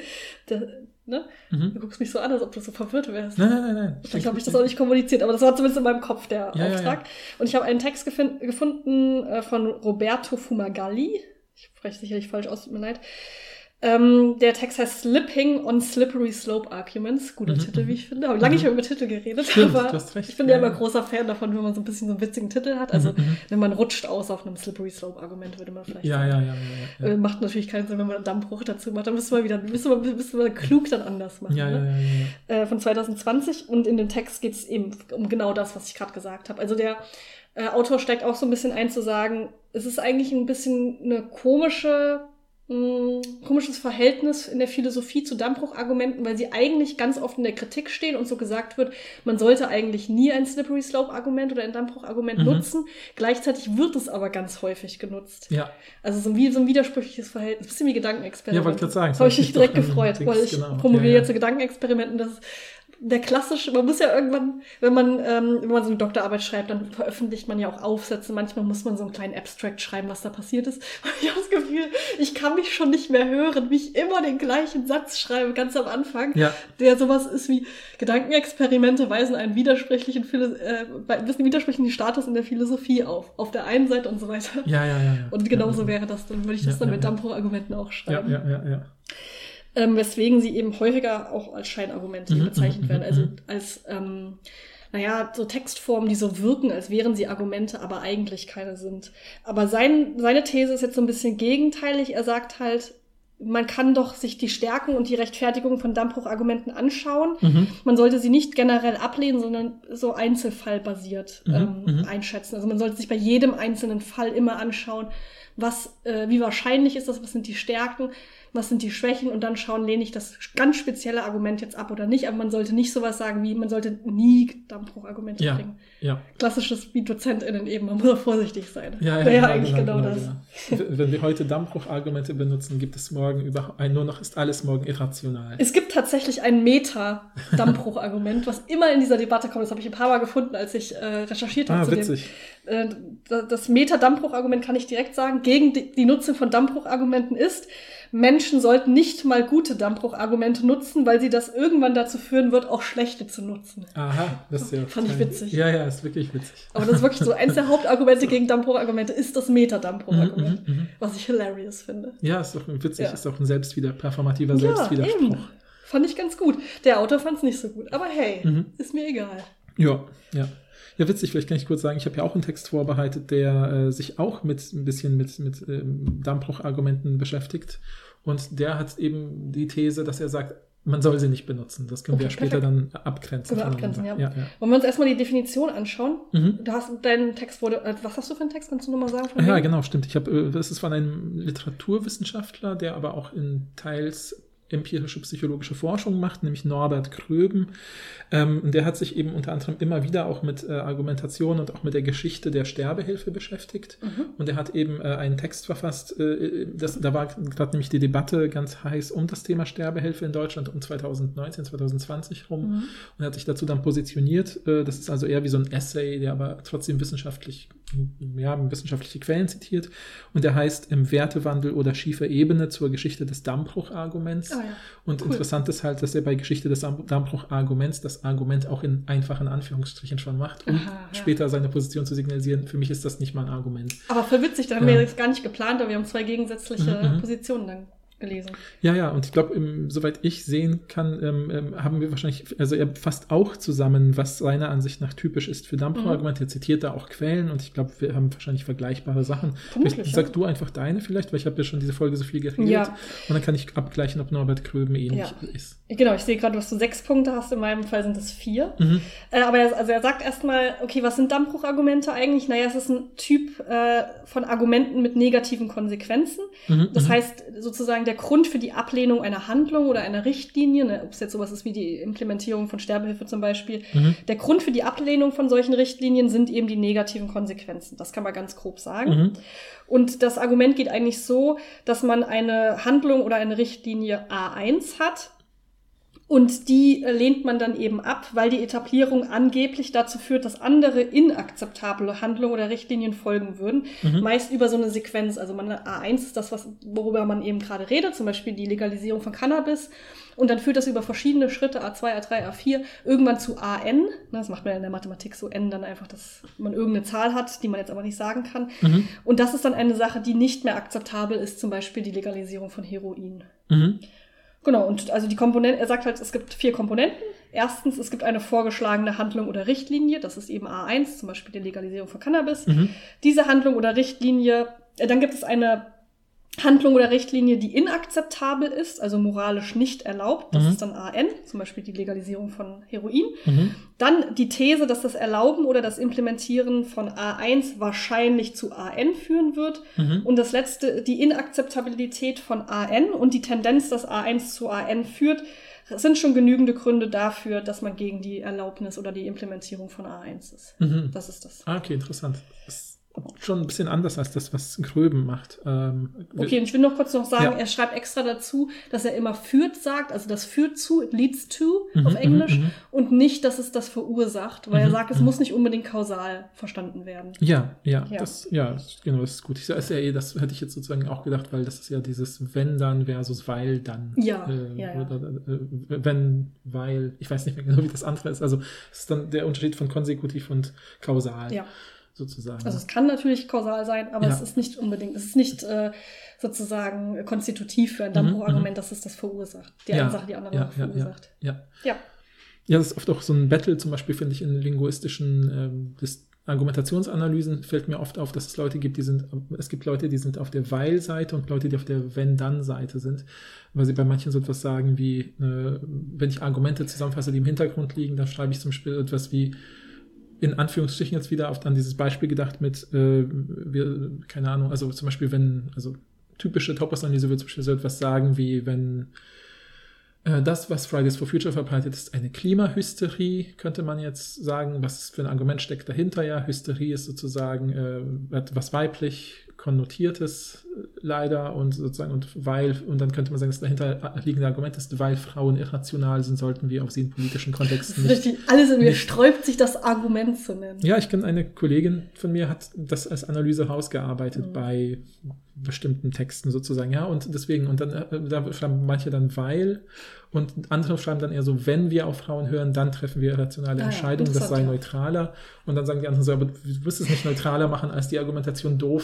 Du guckst mich so an, als ob du so verwirrt wärst. Nein. Vielleicht habe ich das auch nicht kommuniziert, aber das war zumindest in meinem Kopf der Auftrag. Ja. Und ich habe einen Text gefunden von Roberto Fumagalli. Ich spreche sicherlich falsch aus, tut mir leid. Der Text heißt Slipping on Slippery Slope Arguments. Guter Titel, wie ich finde. Habe lange nicht mehr über Titel geredet. Stimmt, aber du hast recht. Ich bin ja immer großer Fan davon, wenn man so ein bisschen so einen witzigen Titel hat. Also wenn man rutscht aus auf einem Slippery Slope Argument, würde man vielleicht sagen. Ja. Macht natürlich keinen Sinn, wenn man einen Dammbruch dazu macht. Dann müssen wir klug dann anders machen. Ja. Von 2020. Und in dem Text geht es eben um genau das, was ich gerade gesagt habe. Also der Autor steigt auch so ein bisschen ein zu sagen, es ist eigentlich ein bisschen eine komisches Verhältnis in der Philosophie zu Dammbruchargumenten, weil sie eigentlich ganz oft in der Kritik stehen und so gesagt wird, man sollte eigentlich nie ein Slippery Slope Argument oder ein Dammbruchargument nutzen. Gleichzeitig wird es aber ganz häufig genutzt. Ja. Also so ein widersprüchliches Verhältnis. Ein bisschen wie Gedankenexperiment. Ja, wollte ich gerade sagen. Das habe ich mich direkt gefreut, weil ich promoviere jetzt zu Gedankenexperimenten. Das ist der klassische, man muss ja irgendwann, wenn man so eine Doktorarbeit schreibt, dann veröffentlicht man ja auch Aufsätze. Manchmal muss man so einen kleinen Abstract schreiben, was da passiert ist. Und ich habe das Gefühl, ich kann mich schon nicht mehr hören, wie ich immer den gleichen Satz schreibe, ganz am Anfang, der sowas ist wie Gedankenexperimente weisen einen widersprüchlichen Status in der Philosophie auf der einen Seite und so weiter. Ja. Und genauso wäre das, dann würde ich das dann mit Dammbruchargumenten auch schreiben. Ja. Weswegen sie eben häufiger auch als Scheinargumente bezeichnet werden. Also als, so Textformen, die so wirken, als wären sie Argumente, aber eigentlich keine sind. Aber seine These ist jetzt so ein bisschen gegenteilig. Er sagt halt, man kann doch sich die Stärken und die Rechtfertigung von Dammbruchargumenten anschauen. Man sollte sie nicht generell ablehnen, sondern so einzelfallbasiert einschätzen. Also man sollte sich bei jedem einzelnen Fall immer anschauen, wie wahrscheinlich ist das, was sind die Stärken, was sind die Schwächen und dann schauen, lehne ich das ganz spezielle Argument jetzt ab oder nicht. Aber man sollte nicht sowas sagen wie, man sollte nie Dammbruchargumente bringen. Ja. Klassisches wie DozentInnen eben, man muss vorsichtig sein. Genau das. Wenn wir heute Dammbruchargumente benutzen, gibt es morgen ist alles morgen irrational. Es gibt tatsächlich ein Meta-Dammbruchargument, was immer in dieser Debatte kommt. Das habe ich ein paar Mal gefunden, als ich recherchiert habe. Witzig. Das Meta-Dammbruchargument kann ich direkt sagen, gegen die Nutzung von Dammbruchargumenten ist, Menschen sollten nicht mal gute Dammbruchargumente nutzen, weil sie das irgendwann dazu führen wird, auch schlechte zu nutzen. Aha, das ist ja fand ich witzig. Ja, ist wirklich witzig. Aber das ist wirklich so, eins der Hauptargumente gegen Dammbruchargumente ist das Meta-Dammbruchargument, was ich hilarious finde. Ja, ist doch witzig, ist auch ein performativer Selbstwiderspruch. Eben. Fand ich ganz gut. Der Autor fand es nicht so gut, aber hey, ist mir egal. Ja. Ja, witzig, vielleicht kann ich kurz sagen, ich habe ja auch einen Text vorbereitet, der sich auch ein bisschen mit Dammbruchargumenten beschäftigt. Und der hat eben die These, dass er sagt, man soll sie nicht benutzen. Das können wir später dann abgrenzen. Ja. Wollen wir uns erstmal die Definition anschauen? Du hast deinen Text, was hast du für einen Text? Kannst du nochmal sagen? Ja, genau, stimmt. Das ist von einem Literaturwissenschaftler, der aber auch in teils empirische psychologische Forschung macht, nämlich Norbert Kröben. Der hat sich eben unter anderem immer wieder auch mit Argumentation und auch mit der Geschichte der Sterbehilfe beschäftigt. Und er hat eben einen Text verfasst, da war gerade nämlich die Debatte ganz heiß um das Thema Sterbehilfe in Deutschland um 2019, 2020 rum. Und er hat sich dazu dann positioniert. Das ist also eher wie so ein Essay, der aber trotzdem wissenschaftliche Quellen zitiert. Und der heißt Im Wertewandel oder schiefer Ebene zur Geschichte des Dammbrucharguments. Oh ja. Und cool. Interessant ist halt, dass er bei Geschichte des Dammbrucharguments das Argument auch in einfachen Anführungsstrichen schon macht, um später seine Position zu signalisieren. Für mich ist das nicht mal ein Argument. Aber voll witzig, da haben wir jetzt gar nicht geplant, aber wir haben zwei gegensätzliche Positionen dann gelesen. Ja, und ich glaube, soweit ich sehen kann, haben wir wahrscheinlich, also er fasst auch zusammen, was seiner Ansicht nach typisch ist für Dammbruchargumente. Er zitiert da auch Quellen und ich glaube, wir haben wahrscheinlich vergleichbare Sachen. Sag du einfach deine vielleicht, weil ich habe ja schon diese Folge so viel geredet. Ja. Und dann kann ich abgleichen, ob Norbert Kröben ähnlich ist. Genau, ich sehe gerade, dass du 6 Punkte hast, in meinem Fall sind es 4. Aber er sagt erstmal, okay, was sind Dammbruchargumente eigentlich? Naja, es ist ein Typ von Argumenten mit negativen Konsequenzen. Das heißt sozusagen, der Grund für die Ablehnung einer Handlung oder einer Richtlinie, ne, ob es jetzt sowas ist wie die Implementierung von Sterbehilfe zum Beispiel, der Grund für die Ablehnung von solchen Richtlinien sind eben die negativen Konsequenzen. Das kann man ganz grob sagen. Und das Argument geht eigentlich so, dass man eine Handlung oder eine Richtlinie A1 hat, und die lehnt man dann eben ab, weil die Etablierung angeblich dazu führt, dass andere inakzeptable Handlungen oder Richtlinien folgen würden. Meist über so eine Sequenz. Also A1 ist das, worüber man eben gerade redet, zum Beispiel die Legalisierung von Cannabis. Und dann führt das über verschiedene Schritte, A2, A3, A4, irgendwann zu AN. Das macht man ja in der Mathematik so, N dann einfach, dass man irgendeine Zahl hat, die man jetzt aber nicht sagen kann. Und das ist dann eine Sache, die nicht mehr akzeptabel ist, zum Beispiel die Legalisierung von Heroin. Genau, und also die Komponenten, er sagt halt, es gibt 4 Komponenten. Erstens, es gibt eine vorgeschlagene Handlung oder Richtlinie, das ist eben A1, zum Beispiel die Legalisierung von Cannabis. Diese Handlung oder Richtlinie, dann gibt es eine Handlung oder Richtlinie, die inakzeptabel ist, also moralisch nicht erlaubt. Das ist dann AN, zum Beispiel die Legalisierung von Heroin. Dann die These, dass das Erlauben oder das Implementieren von A1 wahrscheinlich zu AN führen wird. Und das letzte, die Inakzeptabilität von AN und die Tendenz, dass A1 zu AN führt, sind schon genügende Gründe dafür, dass man gegen die Erlaubnis oder die Implementierung von A1 ist. Das ist das. Okay, interessant. Das schon ein bisschen anders als das, was Kröben macht. Okay, und ich will noch kurz sagen, er schreibt extra dazu, dass er immer führt sagt, also das führt zu, it leads to auf Englisch, und nicht, dass es das verursacht, weil er sagt, es muss nicht unbedingt kausal verstanden werden. Ja, das ist gut. Das hätte ich jetzt sozusagen auch gedacht, weil das ist ja dieses wenn dann versus weil dann. Oder wenn, weil, ich weiß nicht mehr genau, wie das andere ist. Also es ist dann der Unterschied von konsekutiv und kausal. Ja. Sozusagen. Also es kann natürlich kausal sein, aber es ist nicht unbedingt, es ist nicht sozusagen konstitutiv für ein Dammbruchargument, dass es das verursacht. Die eine Sache, die andere verursacht. Ja, das ist oft auch so ein Battle, zum Beispiel finde ich in linguistischen Argumentationsanalysen fällt mir oft auf, dass es Leute gibt, es gibt Leute, die sind auf der Weil-Seite und Leute, die auf der Wenn-Dann-Seite sind, weil sie bei manchen so etwas sagen wie, wenn ich Argumente zusammenfasse, die im Hintergrund liegen, dann schreibe ich zum Beispiel etwas wie in Anführungsstrichen jetzt wieder an dieses Beispiel gedacht mit, keine Ahnung, also zum Beispiel typische Topos-Analyse würde zum Beispiel so etwas sagen wie, wenn das, was Fridays for Future verbreitet, ist eine Klimahysterie, könnte man jetzt sagen, was für ein Argument steckt dahinter, ja, Hysterie ist sozusagen etwas weiblich Konnotiertes leider und dann könnte man sagen, das dahinter liegende Argument ist, weil Frauen irrational sind, sollten wir auf sie in politischen Kontexten nicht. Richtig, alles in mir sträubt sich, das Argument zu nennen. Ja, ich kenne eine Kollegin von mir, hat das als Analyse rausgearbeitet bei bestimmten Texten sozusagen, ja, und deswegen, und dann da schreiben manche dann weil und andere schreiben dann eher so, wenn wir auf Frauen hören, dann treffen wir irrationale Entscheidungen, das sei neutraler, und dann sagen die anderen so, aber du wirst es nicht neutraler machen, als die Argumentation doof ist,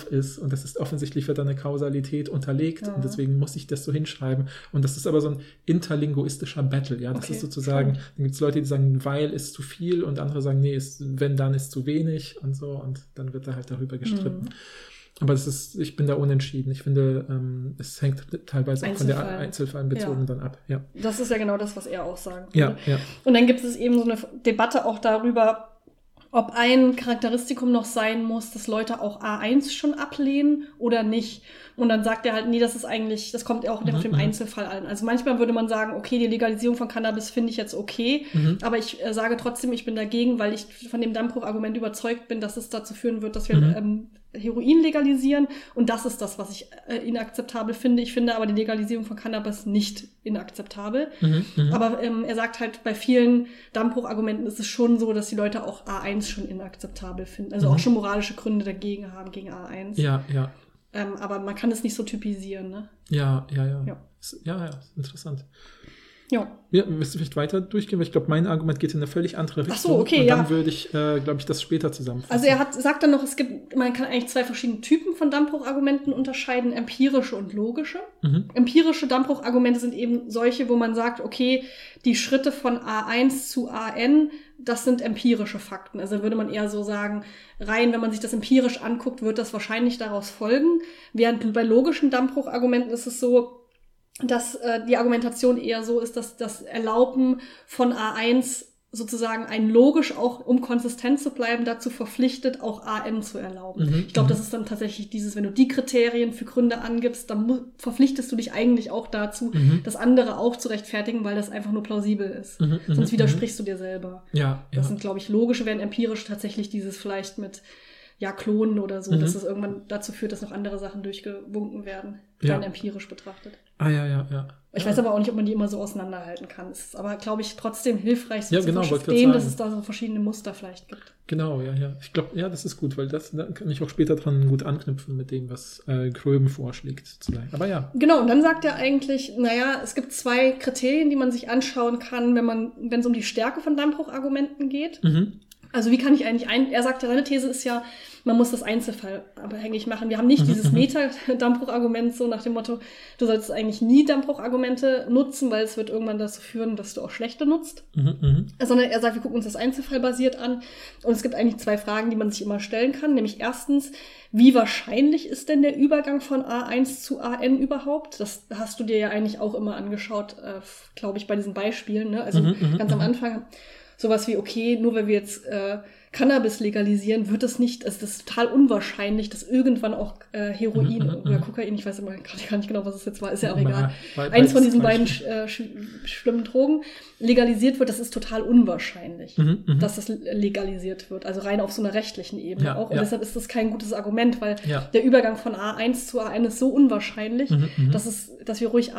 und das ist offensichtlich wird da eine Kausalität unterlegt und deswegen muss ich das so hinschreiben. Und das ist aber so ein interlinguistischer Battle, ja. Das ist sozusagen, dann gibt es Leute, die sagen, weil ist zu viel und andere sagen, nee, wenn, dann ist zu wenig und so und dann wird da halt darüber gestritten. Aber ich bin da unentschieden. Ich finde, es hängt teilweise auch von der Einzelfallbezogen dann ab. Ja. Das ist ja genau das, was er auch sagen würde. Ja. Und dann gibt es eben so eine Debatte auch darüber, ob ein Charakteristikum noch sein muss, dass Leute auch A1 schon ablehnen oder nicht. Und dann sagt er halt, nee, das kommt auch auf den Einzelfall an. Also manchmal würde man sagen, okay, die Legalisierung von Cannabis finde ich jetzt okay, aber ich sage trotzdem, ich bin dagegen, weil ich von dem Dammbruch-Argument überzeugt bin, dass es dazu führen wird, dass wir Heroin legalisieren. Und das ist das, was ich inakzeptabel finde. Ich finde aber die Legalisierung von Cannabis nicht inakzeptabel. Aber er sagt halt, bei vielen Dammbruch-Argumenten ist es schon so, dass die Leute auch A1 schon inakzeptabel finden. Also auch schon moralische Gründe dagegen haben, gegen A1. Ja. Aber man kann es nicht so typisieren, ne? Ja. Ist interessant. Ja. Willst du vielleicht weiter durchgehen? Weil ich glaube, mein Argument geht in eine völlig andere Richtung. Ach so, okay, und dann würde ich, glaube ich, das später zusammenfassen. Also sagt dann noch, man kann eigentlich 2 verschiedene Typen von Dammbruchargumenten unterscheiden, empirische und logische. Empirische Dammbruchargumente sind eben solche, wo man sagt, okay, die Schritte von A1 zu AN, das sind empirische Fakten. Also würde man eher so sagen, rein, wenn man sich das empirisch anguckt, wird das wahrscheinlich daraus folgen. Während bei logischen Dammbruchargumenten ist es so, dass die Argumentation eher so ist, dass das Erlauben von A1 sozusagen einen logisch auch, um konsistent zu bleiben, dazu verpflichtet, auch AN zu erlauben. Ich glaube, das ist dann tatsächlich dieses, wenn du die Kriterien für Gründe angibst, dann verpflichtest du dich eigentlich auch dazu, das andere auch zu rechtfertigen, weil das einfach nur plausibel ist. Sonst widersprichst du dir selber. Das sind, glaube ich, logische, während empirisch tatsächlich dieses vielleicht mit Klonen oder so, dass es irgendwann dazu führt, dass noch andere Sachen durchgewunken werden, dann empirisch betrachtet. Ja. Ich weiß aber auch nicht, ob man die immer so auseinanderhalten kann. Es ist aber, glaube ich, trotzdem hilfreich, so zu verstehen, dass es da so verschiedene Muster vielleicht gibt. Genau, ja. Ich glaube, das ist gut, weil da kann ich auch später dran gut anknüpfen mit dem, was Gröben vorschlägt. Aber ja. Genau, und dann sagt er eigentlich, es gibt 2 Kriterien, die man sich anschauen kann, wenn es um die Stärke von Dammbruchargumenten geht. Also wie kann ich eigentlich er sagt, seine These ist ja, man muss das Einzelfall abhängig machen. Wir haben nicht dieses Meta-Dammbruchargument so nach dem Motto, du sollst eigentlich nie Dammbruchargumente nutzen, weil es wird irgendwann dazu führen, dass du auch schlechte nutzt. Sondern er sagt, wir gucken uns das einzelfallbasiert an. Und es gibt eigentlich 2 Fragen, die man sich immer stellen kann. Nämlich erstens, wie wahrscheinlich ist denn der Übergang von A1 zu AN überhaupt? Das hast du dir ja eigentlich auch immer angeschaut, glaube ich, bei diesen Beispielen. Ne? Also ganz am Anfang sowas wie, okay, nur weil wir jetzt Cannabis legalisieren, wird es nicht, also das ist total unwahrscheinlich, dass irgendwann auch Heroin oder Kokain, ich weiß immer gerade gar nicht genau, was es jetzt war, ist ja auch egal. Eins von diesen beiden schlimmen Drogen legalisiert wird, das ist total unwahrscheinlich, dass das legalisiert wird. Also rein auf so einer rechtlichen Ebene auch. Und deshalb ist das kein gutes Argument, weil der Übergang von A1 zu AN ist so unwahrscheinlich, dass wir ruhig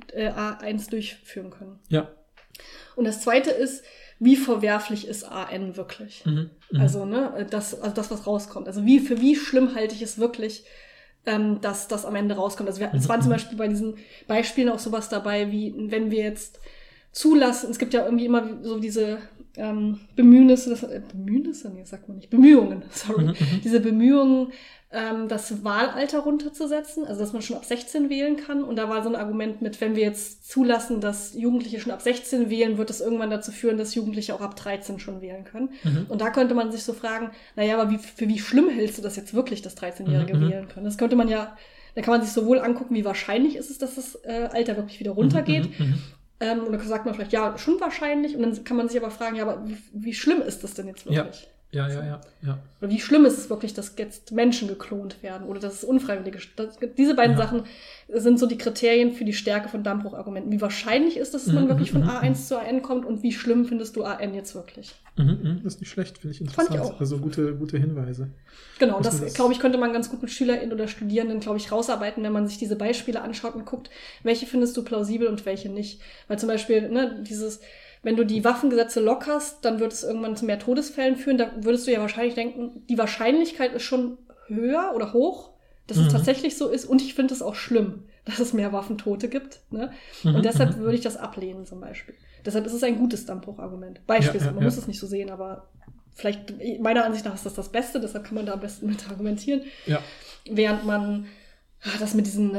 A1 durchführen können. Ja. Und das Zweite ist, wie verwerflich ist AN wirklich? Also, das, was rauskommt. Also, für wie schlimm halte ich es wirklich, dass das am Ende rauskommt? Also, es waren zum Beispiel bei diesen Beispielen auch sowas dabei, wie wenn wir jetzt zulassen, es gibt ja irgendwie immer so diese Bemühungen, diese Bemühungen, das Wahlalter runterzusetzen, also dass man schon ab 16 wählen kann. Und da war so ein Argument mit, wenn wir jetzt zulassen, dass Jugendliche schon ab 16 wählen, wird das irgendwann dazu führen, dass Jugendliche auch ab 13 schon wählen können. Und da könnte man sich so fragen, aber für wie schlimm hältst du das jetzt wirklich, dass 13-Jährige wählen können? Das könnte man da kann man sich sowohl angucken, wie wahrscheinlich ist es, dass das Alter wirklich wieder runtergeht. Und dann sagt man vielleicht, schon wahrscheinlich. Und dann kann man sich aber fragen, aber wie schlimm ist das denn jetzt wirklich? Ja. Oder wie schlimm ist es wirklich, dass jetzt Menschen geklont werden oder dass es unfreiwillige... Diese beiden Sachen sind so die Kriterien für die Stärke von Dammbruchargumenten. Wie wahrscheinlich ist es, dass man wirklich von A1 zu AN kommt und wie schlimm findest du AN jetzt wirklich? Das ist nicht schlecht, finde ich interessant. Fand ich auch. Also gute Hinweise. Genau, das glaube ich, könnte man ganz gut mit SchülerInnen oder Studierenden, glaube ich, rausarbeiten, wenn man sich diese Beispiele anschaut und guckt, welche findest du plausibel und welche nicht. Weil zum Beispiel, wenn du die Waffengesetze lockerst, dann wird es irgendwann zu mehr Todesfällen führen. Da würdest du ja wahrscheinlich denken, die Wahrscheinlichkeit ist schon höher oder hoch, dass es tatsächlich so ist. Und ich finde es auch schlimm, dass es mehr Waffentote gibt. Ne? Und deshalb würde ich das ablehnen zum Beispiel. Deshalb ist es ein gutes Dammbruchargument. Beispielsweise, man muss es nicht so sehen, aber vielleicht, meiner Ansicht nach ist das Beste, deshalb kann man da am besten mit argumentieren. Ja. während man das mit diesen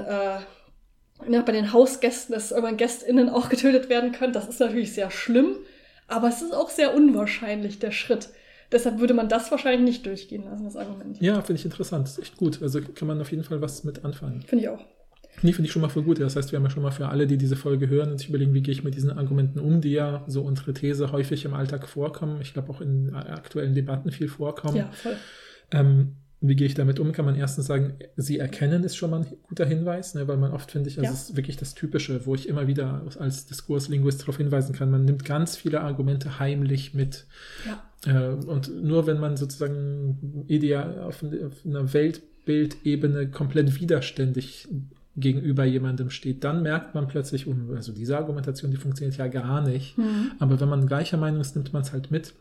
bei den Hausgästen, dass irgendwann GästInnen auch getötet werden können, das ist natürlich sehr schlimm, aber es ist auch sehr unwahrscheinlich, der Schritt. Deshalb würde man das wahrscheinlich nicht durchgehen lassen, das Argument. Ja, finde ich interessant. Das ist echt gut. Also kann man auf jeden Fall was mit anfangen. Finde ich auch. Nee, finde ich schon mal voll gut. Das heißt, wir haben ja schon mal für alle, die diese Folge hören und sich überlegen, wie gehe ich mit diesen Argumenten um, die ja so unsere These häufig im Alltag vorkommen. Ich glaube auch in aktuellen Debatten viel vorkommen. Ja, voll. Wie gehe ich damit um? Kann man erstens sagen, sie erkennen ist schon mal ein guter Hinweis, ne? Weil man oft, finde ich, das ist wirklich das Typische, wo ich immer wieder als Diskurslinguist darauf hinweisen kann, man nimmt ganz viele Argumente heimlich mit. Ja. Und nur wenn man sozusagen ideal auf einer Weltbildebene komplett widerständig gegenüber jemandem steht, dann merkt man plötzlich, also diese Argumentation, die funktioniert ja gar nicht. Mhm. Aber wenn man gleicher Meinung ist, nimmt man es halt mit.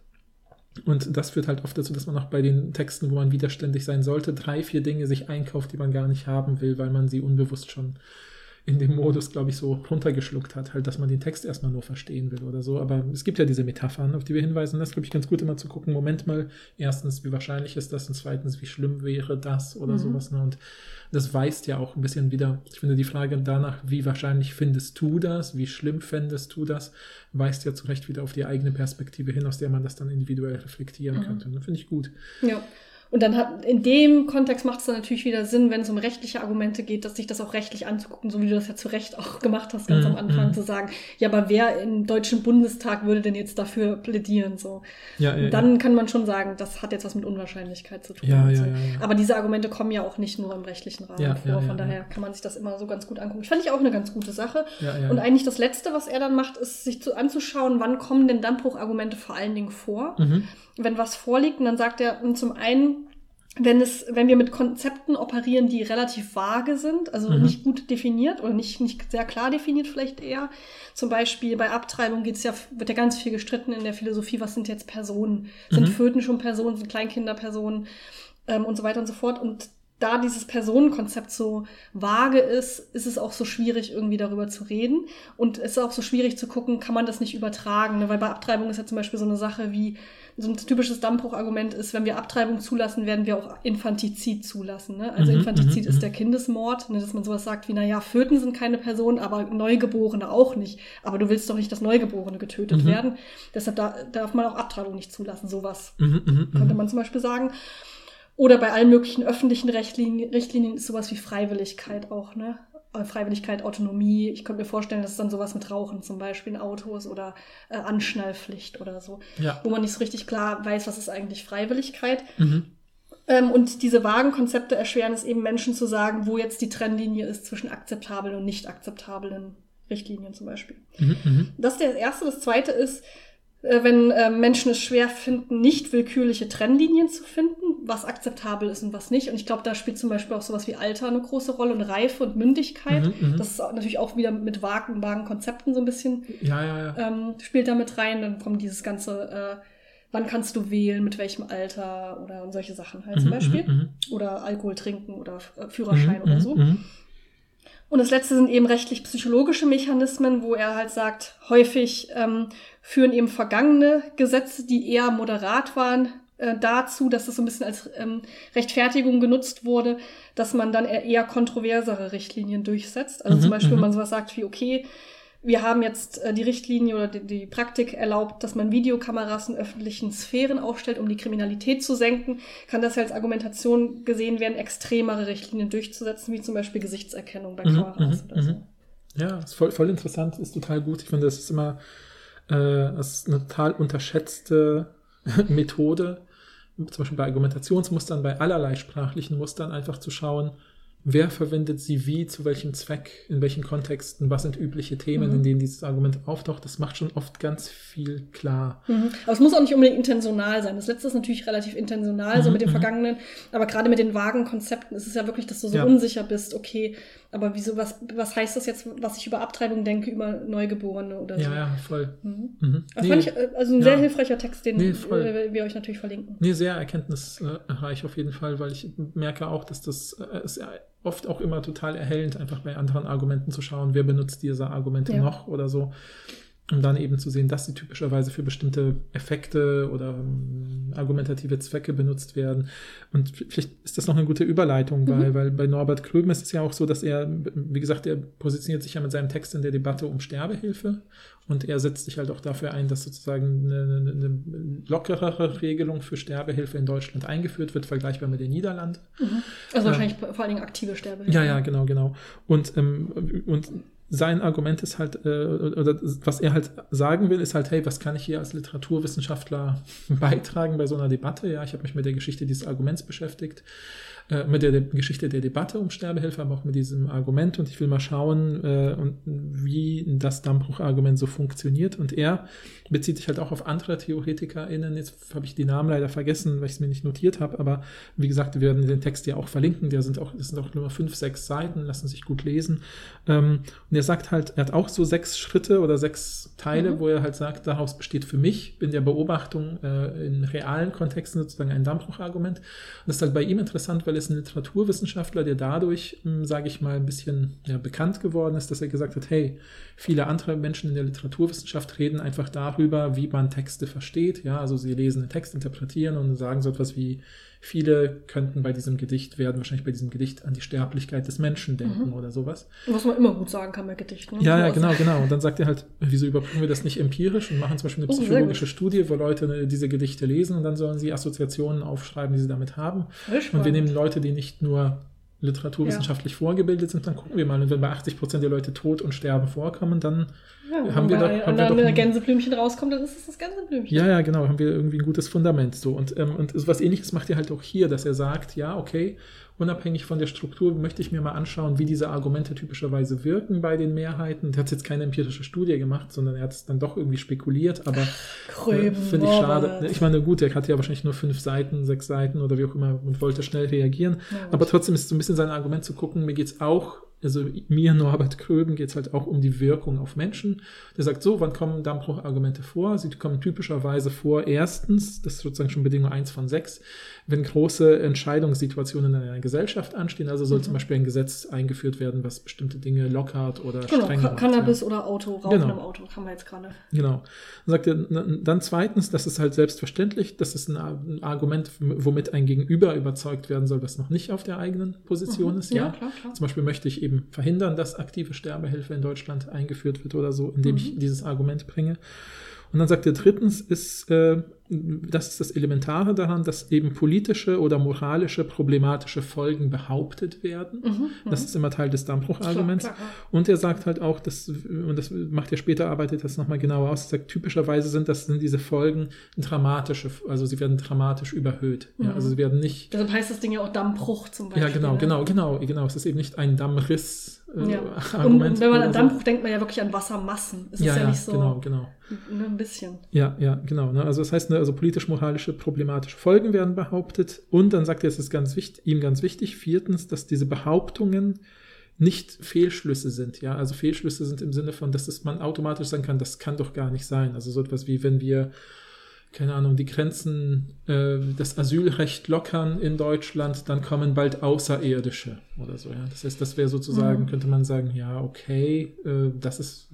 Und das führt halt oft dazu, dass man auch bei den Texten, wo man widerständig sein sollte, 3, 4 Dinge sich einkauft, die man gar nicht haben will, weil man sie unbewusst schon in dem Modus, glaube ich, so runtergeschluckt hat, halt, dass man den Text erstmal nur verstehen will oder so. Aber es gibt ja diese Metaphern, auf die wir hinweisen. Das ist, glaube ich, ganz gut, immer zu gucken, Moment mal, erstens, wie wahrscheinlich ist das und zweitens, wie schlimm wäre das oder sowas. Ne? Und das weist ja auch ein bisschen wieder, ich finde, die Frage danach, wie wahrscheinlich findest du das, wie schlimm fändest du das, weist ja zu Recht wieder auf die eigene Perspektive hin, aus der man das dann individuell reflektieren könnte. Und das finde ich gut. Ja. Und dann in dem Kontext macht es dann natürlich wieder Sinn, wenn es um rechtliche Argumente geht, dass sich das auch rechtlich anzugucken, so wie du das ja zu Recht auch gemacht hast, ganz am Anfang, zu sagen, ja, aber wer im Deutschen Bundestag würde denn jetzt dafür plädieren? So. Ja, dann kann man schon sagen, das hat jetzt was mit Unwahrscheinlichkeit zu tun. Ja. Aber diese Argumente kommen ja auch nicht nur im rechtlichen Rahmen vor, von daher kann man sich das immer so ganz gut angucken. Ich fand ich auch eine ganz gute Sache. Und eigentlich das Letzte, was er dann macht, ist, sich anzuschauen, wann kommen denn Dammbruchargumente vor allen Dingen vor. Wenn was vorliegt, und dann sagt er zum einen, wenn wir mit Konzepten operieren, die relativ vage sind, also nicht gut definiert oder nicht sehr klar definiert vielleicht eher. Zum Beispiel bei Abtreibung wird ja ganz viel gestritten in der Philosophie, was sind jetzt Personen? Sind Föten schon Personen, sind Kleinkinder Personen und so weiter und so fort. Und da dieses Personenkonzept so vage ist es auch so schwierig, irgendwie darüber zu reden. Und es ist auch so schwierig zu gucken, kann man das nicht übertragen? Ne? Weil bei Abtreibung ist ja zum Beispiel so eine Sache wie, so ein typisches Dammbruchargument ist, wenn wir Abtreibung zulassen, werden wir auch Infantizid zulassen. Ne? Also Infantizid ist der Kindesmord, ne? Dass man sowas sagt wie, naja, Föten sind keine Personen, aber Neugeborene auch nicht. Aber du willst doch nicht, dass Neugeborene getötet werden. Deshalb darf man auch Abtreibung nicht zulassen. Sowas könnte man zum Beispiel sagen. Oder bei allen möglichen öffentlichen Richtlinien ist sowas wie Freiwilligkeit auch, ne? Freiwilligkeit, Autonomie. Ich könnte mir vorstellen, dass es dann sowas mit Rauchen zum Beispiel in Autos oder Anschnallpflicht oder so. Ja. Wo man nicht so richtig klar weiß, was ist eigentlich Freiwilligkeit. Und diese vagen Konzepte erschweren es eben Menschen zu sagen, wo jetzt die Trennlinie ist zwischen akzeptablen und nicht akzeptablen Richtlinien zum Beispiel. Das ist das Erste. Das Zweite ist, wenn Menschen es schwer finden, nicht willkürliche Trennlinien zu finden, was akzeptabel ist und was nicht. Und ich glaube, da spielt zum Beispiel auch sowas wie Alter eine große Rolle und Reife und Mündigkeit. Das ist natürlich auch wieder mit vagen Konzepten so ein bisschen spielt da mit rein. Dann kommt dieses ganze, wann kannst du wählen, mit welchem Alter und solche Sachen halt zum Beispiel. Oder Alkohol trinken oder Führerschein oder so. Und das Letzte sind eben rechtlich-psychologische Mechanismen, wo er halt sagt, häufig führen eben vergangene Gesetze, die eher moderat waren, dazu, dass das so ein bisschen als Rechtfertigung genutzt wurde, dass man dann eher kontroversere Richtlinien durchsetzt. Also zum Beispiel, wenn man sowas sagt wie, okay, wir haben jetzt die Richtlinie oder die Praktik erlaubt, dass man Videokameras in öffentlichen Sphären aufstellt, um die Kriminalität zu senken, kann das ja als Argumentation gesehen werden, extremere Richtlinien durchzusetzen, wie zum Beispiel Gesichtserkennung bei Kameras oder so. Ja, ist voll interessant, ist total gut. Ich finde, das ist immer das ist eine total unterschätzte Methode, zum Beispiel bei Argumentationsmustern, bei allerlei sprachlichen Mustern einfach zu schauen, wer verwendet sie wie, zu welchem Zweck, in welchen Kontexten, was sind übliche Themen, in denen dieses Argument auftaucht. Das macht schon oft ganz viel klar. Aber es muss auch nicht unbedingt intentional sein. Das Letzte ist natürlich relativ intentional, so mit dem Vergangenen. Aber gerade mit den vagen Konzepten ist es ja wirklich, dass du so unsicher bist. Okay, aber wieso, was heißt das jetzt, was ich über Abtreibung denke, über Neugeborene oder so? Ja, voll. Das fand ich also ein sehr hilfreicher Text, den wir euch natürlich verlinken. Nee, sehr erkenntnisreich auf jeden Fall, weil ich merke auch, dass das ist oft auch immer total erhellend, einfach bei anderen Argumenten zu schauen, wer benutzt diese Argumente noch oder so. um dann eben zu sehen, dass sie typischerweise für bestimmte Effekte oder argumentative Zwecke benutzt werden. Und vielleicht ist das noch eine gute Überleitung, weil bei Norbert Gröben ist es ja auch so, dass er, wie gesagt, er positioniert sich ja mit seinem Text in der Debatte um Sterbehilfe und er setzt sich halt auch dafür ein, dass sozusagen eine lockerere Regelung für Sterbehilfe in Deutschland eingeführt wird, vergleichbar mit den Niederlanden. Also wahrscheinlich vor allen Dingen aktive Sterbehilfe. Ja, genau. Und sein Argument ist halt, oder was er halt sagen will, ist halt, hey, was kann ich hier als Literaturwissenschaftler beitragen bei so einer Debatte? Ja, ich habe mich mit der Geschichte dieses Arguments beschäftigt, mit der Geschichte der Debatte um Sterbehilfe, aber auch mit diesem Argument und ich will mal schauen, wie das Dammbruch-Argument so funktioniert. Und er bezieht sich halt auch auf andere TheoretikerInnen. Jetzt habe ich die Namen leider vergessen, weil ich es mir nicht notiert habe, aber wie gesagt, wir werden den Text ja auch verlinken. Das sind auch nur 5, 6 Seiten, lassen sich gut lesen. Und er sagt halt, er hat auch so 6 Schritte oder 6 Teile, wo er halt sagt, daraus besteht für mich in der Beobachtung in realen Kontexten sozusagen ein Dammbruch-Argument. Und das ist halt bei ihm interessant, weil er ist ein Literaturwissenschaftler, der dadurch, sage ich mal, ein bisschen bekannt geworden ist, dass er gesagt hat, hey, viele andere Menschen in der Literaturwissenschaft reden einfach darüber, wie man Texte versteht. Ja, also sie lesen den Text, interpretieren und sagen so etwas wie, viele könnten werden wahrscheinlich bei diesem Gedicht an die Sterblichkeit des Menschen denken oder sowas. Was man immer gut sagen kann bei Gedichten. Ja, genau. Und dann sagt er halt, wieso überprüfen wir das nicht empirisch und machen zum Beispiel eine psychologische Studie, wo Leute diese Gedichte lesen und dann sollen sie Assoziationen aufschreiben, die sie damit haben. Und wir nehmen Leute, die nicht nur literaturwissenschaftlich vorgebildet sind, dann gucken wir mal. Und wenn bei 80% der Leute Tod und Sterben vorkommen, dann haben wir doch... Wenn dann ein Gänseblümchen rauskommt, dann ist es das Gänseblümchen. Ja, genau, haben wir irgendwie ein gutes Fundament. So. Und was Ähnliches macht er halt auch hier, dass er sagt, ja, okay, unabhängig von der Struktur möchte ich mir mal anschauen, wie diese Argumente typischerweise wirken bei den Mehrheiten. Er hat jetzt keine empirische Studie gemacht, sondern er hat es dann doch irgendwie spekuliert, aber finde ich schade. Ich meine, gut, er hatte ja wahrscheinlich nur 5 Seiten, 6 Seiten oder wie auch immer und wollte schnell reagieren. Ja, aber trotzdem ist es so ein bisschen sein Argument zu gucken, mir geht's auch, also mir, Norbert Gröben, geht es halt auch um die Wirkung auf Menschen. Der sagt so, wann kommen Dammbruch-Argumente vor? Sie kommen typischerweise vor, erstens, das ist sozusagen schon Bedingung 1 von 6, wenn große Entscheidungssituationen in einer Gesellschaft anstehen, also soll zum Beispiel ein Gesetz eingeführt werden, was bestimmte Dinge lockert oder strenger macht. Cannabis oder Auto, Rauchen im Auto, haben wir jetzt gerade. Genau. Dann sagt er, dann zweitens, das ist halt selbstverständlich, das ist ein Argument, womit ein Gegenüber überzeugt werden soll, was noch nicht auf der eigenen Position ist. Ja, klar. Zum Beispiel möchte ich eben verhindern, dass aktive Sterbehilfe in Deutschland eingeführt wird oder so, indem ich dieses Argument bringe. Und dann sagt er drittens, das ist das Elementare daran, dass eben politische oder moralische, problematische Folgen behauptet werden. Das ist immer Teil des Dammbruch-Arguments. Klar. Und er sagt halt auch, und das macht er später, arbeitet das nochmal genauer aus, er sagt, typischerweise sind diese Folgen dramatische, also sie werden dramatisch überhöht. Ja, also sie werden nicht... Deshalb heißt das Ding ja auch Dammbruch zum Beispiel. Ja, genau. Es ist eben nicht ein Dammriss. Und wenn man an Dammbruch denkt man ja wirklich an Wassermassen. Es ist ja nicht so genau. Nur ein bisschen. Ja, genau. Ne? Also das heißt, also politisch-moralische, problematische Folgen werden behauptet. Und dann sagt er, es ist ihm ganz wichtig, viertens, dass diese Behauptungen nicht Fehlschlüsse sind. Ja, also Fehlschlüsse sind im Sinne von, dass man automatisch sagen kann, das kann doch gar nicht sein. Also so etwas wie, wenn wir keine Ahnung, die Grenzen, das Asylrecht lockern in Deutschland, dann kommen bald Außerirdische oder so. Ja. Das heißt, das wäre sozusagen, könnte man sagen, ja, okay, das ist,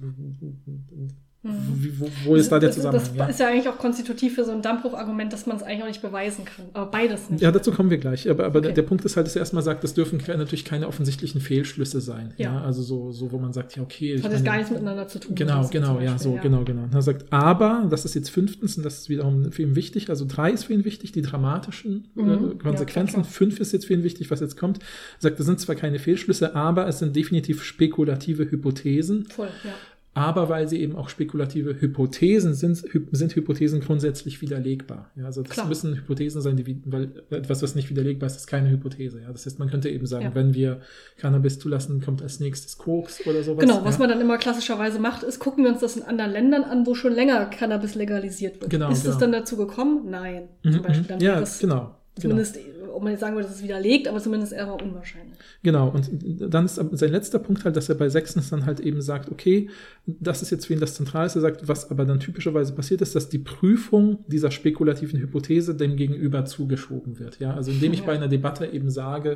wo ist da der Zusammenhang? Das ist ja eigentlich auch konstitutiv für so ein Dammbruch-Argument, dass man es eigentlich auch nicht beweisen kann. Aber beides nicht. Ja, dazu kommen wir gleich. Aber okay. Der Punkt ist halt, dass er erstmal sagt, das dürfen natürlich keine offensichtlichen Fehlschlüsse sein. Ja. Also so, wo man sagt, ja, okay. Das hat jetzt gar nichts miteinander zu tun. Genau. Genau. Und er sagt, aber, das ist jetzt 5. und das ist wiederum für ihn wichtig, also 3 ist für ihn wichtig, die dramatischen Konsequenzen. 5 ist jetzt für ihn wichtig, was jetzt kommt. Er sagt, das sind zwar keine Fehlschlüsse, aber es sind definitiv spekulative Hypothesen. Voll, ja. Aber weil sie eben auch spekulative Hypothesen sind Hypothesen grundsätzlich widerlegbar. Ja, also das müssen Hypothesen sein, weil etwas, was nicht widerlegbar ist, ist keine Hypothese. Ja, das heißt, man könnte eben sagen, wenn wir Cannabis zulassen, kommt als nächstes Koks oder sowas. Genau, was man dann immer klassischerweise macht, ist, gucken wir uns das in anderen Ländern an, wo schon länger Cannabis legalisiert wird. Ist es dann dazu gekommen? Nein. Zum Beispiel. Dann genau. Zumindest ob man jetzt sagen würde, das ist widerlegt, aber zumindest eher unwahrscheinlich. Genau, und dann ist sein letzter Punkt halt, dass er bei sechstens dann halt eben sagt, okay, das ist jetzt für ihn das Zentralste, er sagt, was aber dann typischerweise passiert ist, dass die Prüfung dieser spekulativen Hypothese dem Gegenüber zugeschoben wird. Ja, also indem ich bei einer Debatte eben sage,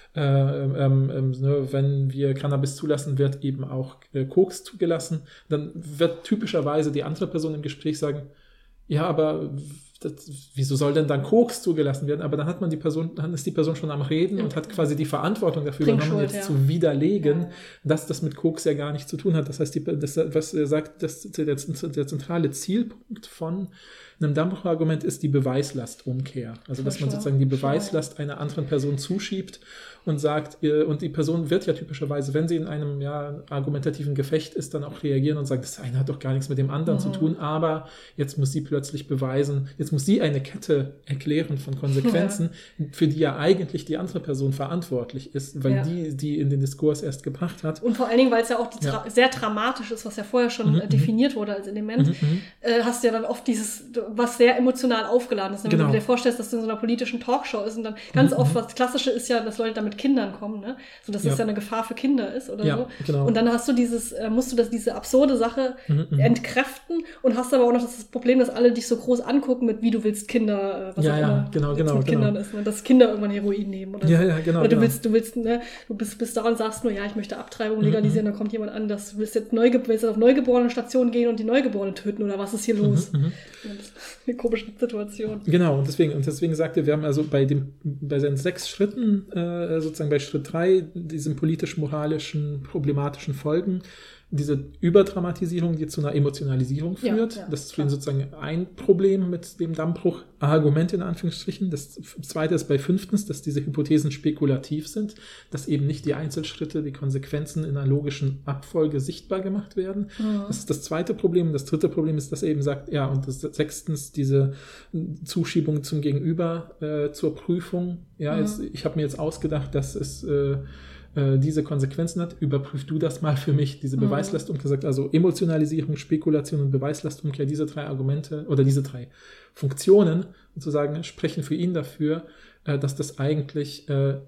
wenn wir Cannabis zulassen, wird eben auch Koks zugelassen, dann wird typischerweise die andere Person im Gespräch sagen, ja, aber wieso soll denn dann Koks zugelassen werden? Aber dann ist die Person schon am Reden und hat quasi die Verantwortung dafür übernommen, jetzt zu widerlegen, dass das mit Koks ja gar nichts zu tun hat. Das heißt, was er sagt, der zentrale Zielpunkt von einem Dammbruch-Argument ist die Beweislastumkehr. Also, dass man sozusagen die Beweislast einer anderen Person zuschiebt und sagt, und die Person wird ja typischerweise, wenn sie in einem argumentativen Gefecht ist, dann auch reagieren und sagen, das eine hat doch gar nichts mit dem anderen zu tun, aber jetzt muss sie plötzlich beweisen, jetzt muss sie eine Kette erklären von Konsequenzen, für die ja eigentlich die andere Person verantwortlich ist, weil die in den Diskurs erst gebracht hat. Und vor allen Dingen, weil es ja auch sehr dramatisch ist, was ja vorher schon definiert wurde als Element, hast du ja dann oft dieses, was sehr emotional aufgeladen ist. Wenn du dir vorstellst, dass du in so einer politischen Talkshow ist und dann ganz oft, was Klassische ist ja, dass Leute da mit Kindern kommen, ne? So, dass das ja eine Gefahr für Kinder ist oder so. Genau. Und dann hast du musst du diese absurde Sache entkräften und hast aber auch noch das Problem, dass alle dich so groß angucken mit, wie du willst Kinder, was auch immer mit Kindern ist, ne? Dass Kinder irgendwann Heroin nehmen oder so. Oder du willst, ne, du bist da und sagst nur, ja, ich möchte Abtreibung legalisieren, dann kommt jemand an, dass du willst jetzt auf neugeborene Stationen gehen und die Neugeborenen töten oder was ist hier los? Das ist eine komische Situation. Genau, und deswegen sagt er, wir haben also bei seinen 6 Schritten, sozusagen bei Schritt 3, diesen politisch-moralischen, problematischen Folgen, diese Überdramatisierung, die zu einer Emotionalisierung führt. Das ist für ihn sozusagen ein Problem mit dem Dammbruch-Argument in Anführungsstrichen. Das zweite ist bei 5, dass diese Hypothesen spekulativ sind, dass eben nicht die Einzelschritte, die Konsequenzen in einer logischen Abfolge sichtbar gemacht werden. Das ist das zweite Problem. Das dritte Problem ist, dass er eben sagt, ja, und das 6, diese Zuschiebung zum Gegenüber zur Prüfung. Ja, ich habe mir jetzt ausgedacht, dass es diese Konsequenzen hat, überprüf du das mal für mich, diese Beweislastumkehr, gesagt, also Emotionalisierung, Spekulation und Beweislastumkehr, diese 3 Argumente oder diese 3 Funktionen, sozusagen, sprechen für ihn dafür, dass das eigentlich,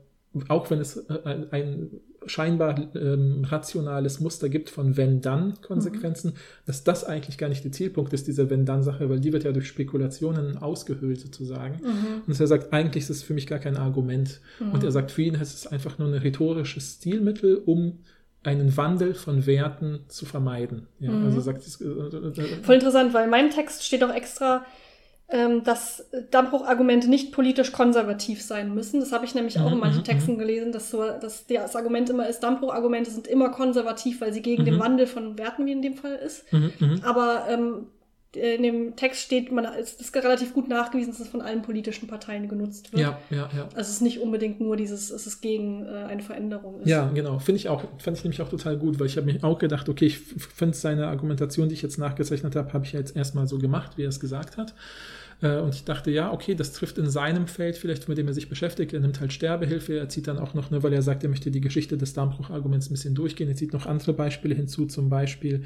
auch wenn es ein scheinbar rationales Muster gibt von Wenn-Dann-Konsequenzen, dass das eigentlich gar nicht der Zielpunkt ist, dieser Wenn-Dann-Sache, weil die wird ja durch Spekulationen ausgehöhlt sozusagen. Und er sagt, eigentlich ist es für mich gar kein Argument. Und er sagt, für ihn ist es einfach nur ein rhetorisches Stilmittel, um einen Wandel von Werten zu vermeiden. Ja, also sagt es, voll interessant, weil in meinem Text steht auch extra, dass Dammbruch-Argumente nicht politisch konservativ sein müssen. Das habe ich nämlich auch in manchen Texten gelesen, dass das Argument immer ist, Dammbruch-Argumente sind immer konservativ, weil sie gegen den Wandel von Werten, wie in dem Fall ist. Aber in dem Text steht, es ist relativ gut nachgewiesen, dass es von allen politischen Parteien genutzt wird. Ja. Also es ist nicht unbedingt nur es ist gegen eine Veränderung ist. Ja, genau. Fand ich nämlich auch total gut, weil ich habe mir auch gedacht, okay, ich finde seine Argumentation, die ich jetzt nachgezeichnet habe ich jetzt erstmal so gemacht, wie er es gesagt hat. Und ich dachte, ja, okay, das trifft in seinem Feld vielleicht, mit dem er sich beschäftigt. Er nimmt halt Sterbehilfe, er zieht dann auch noch, weil er sagt, er möchte die Geschichte des Dammbruch-Arguments ein bisschen durchgehen. Er zieht noch andere Beispiele hinzu, zum Beispiel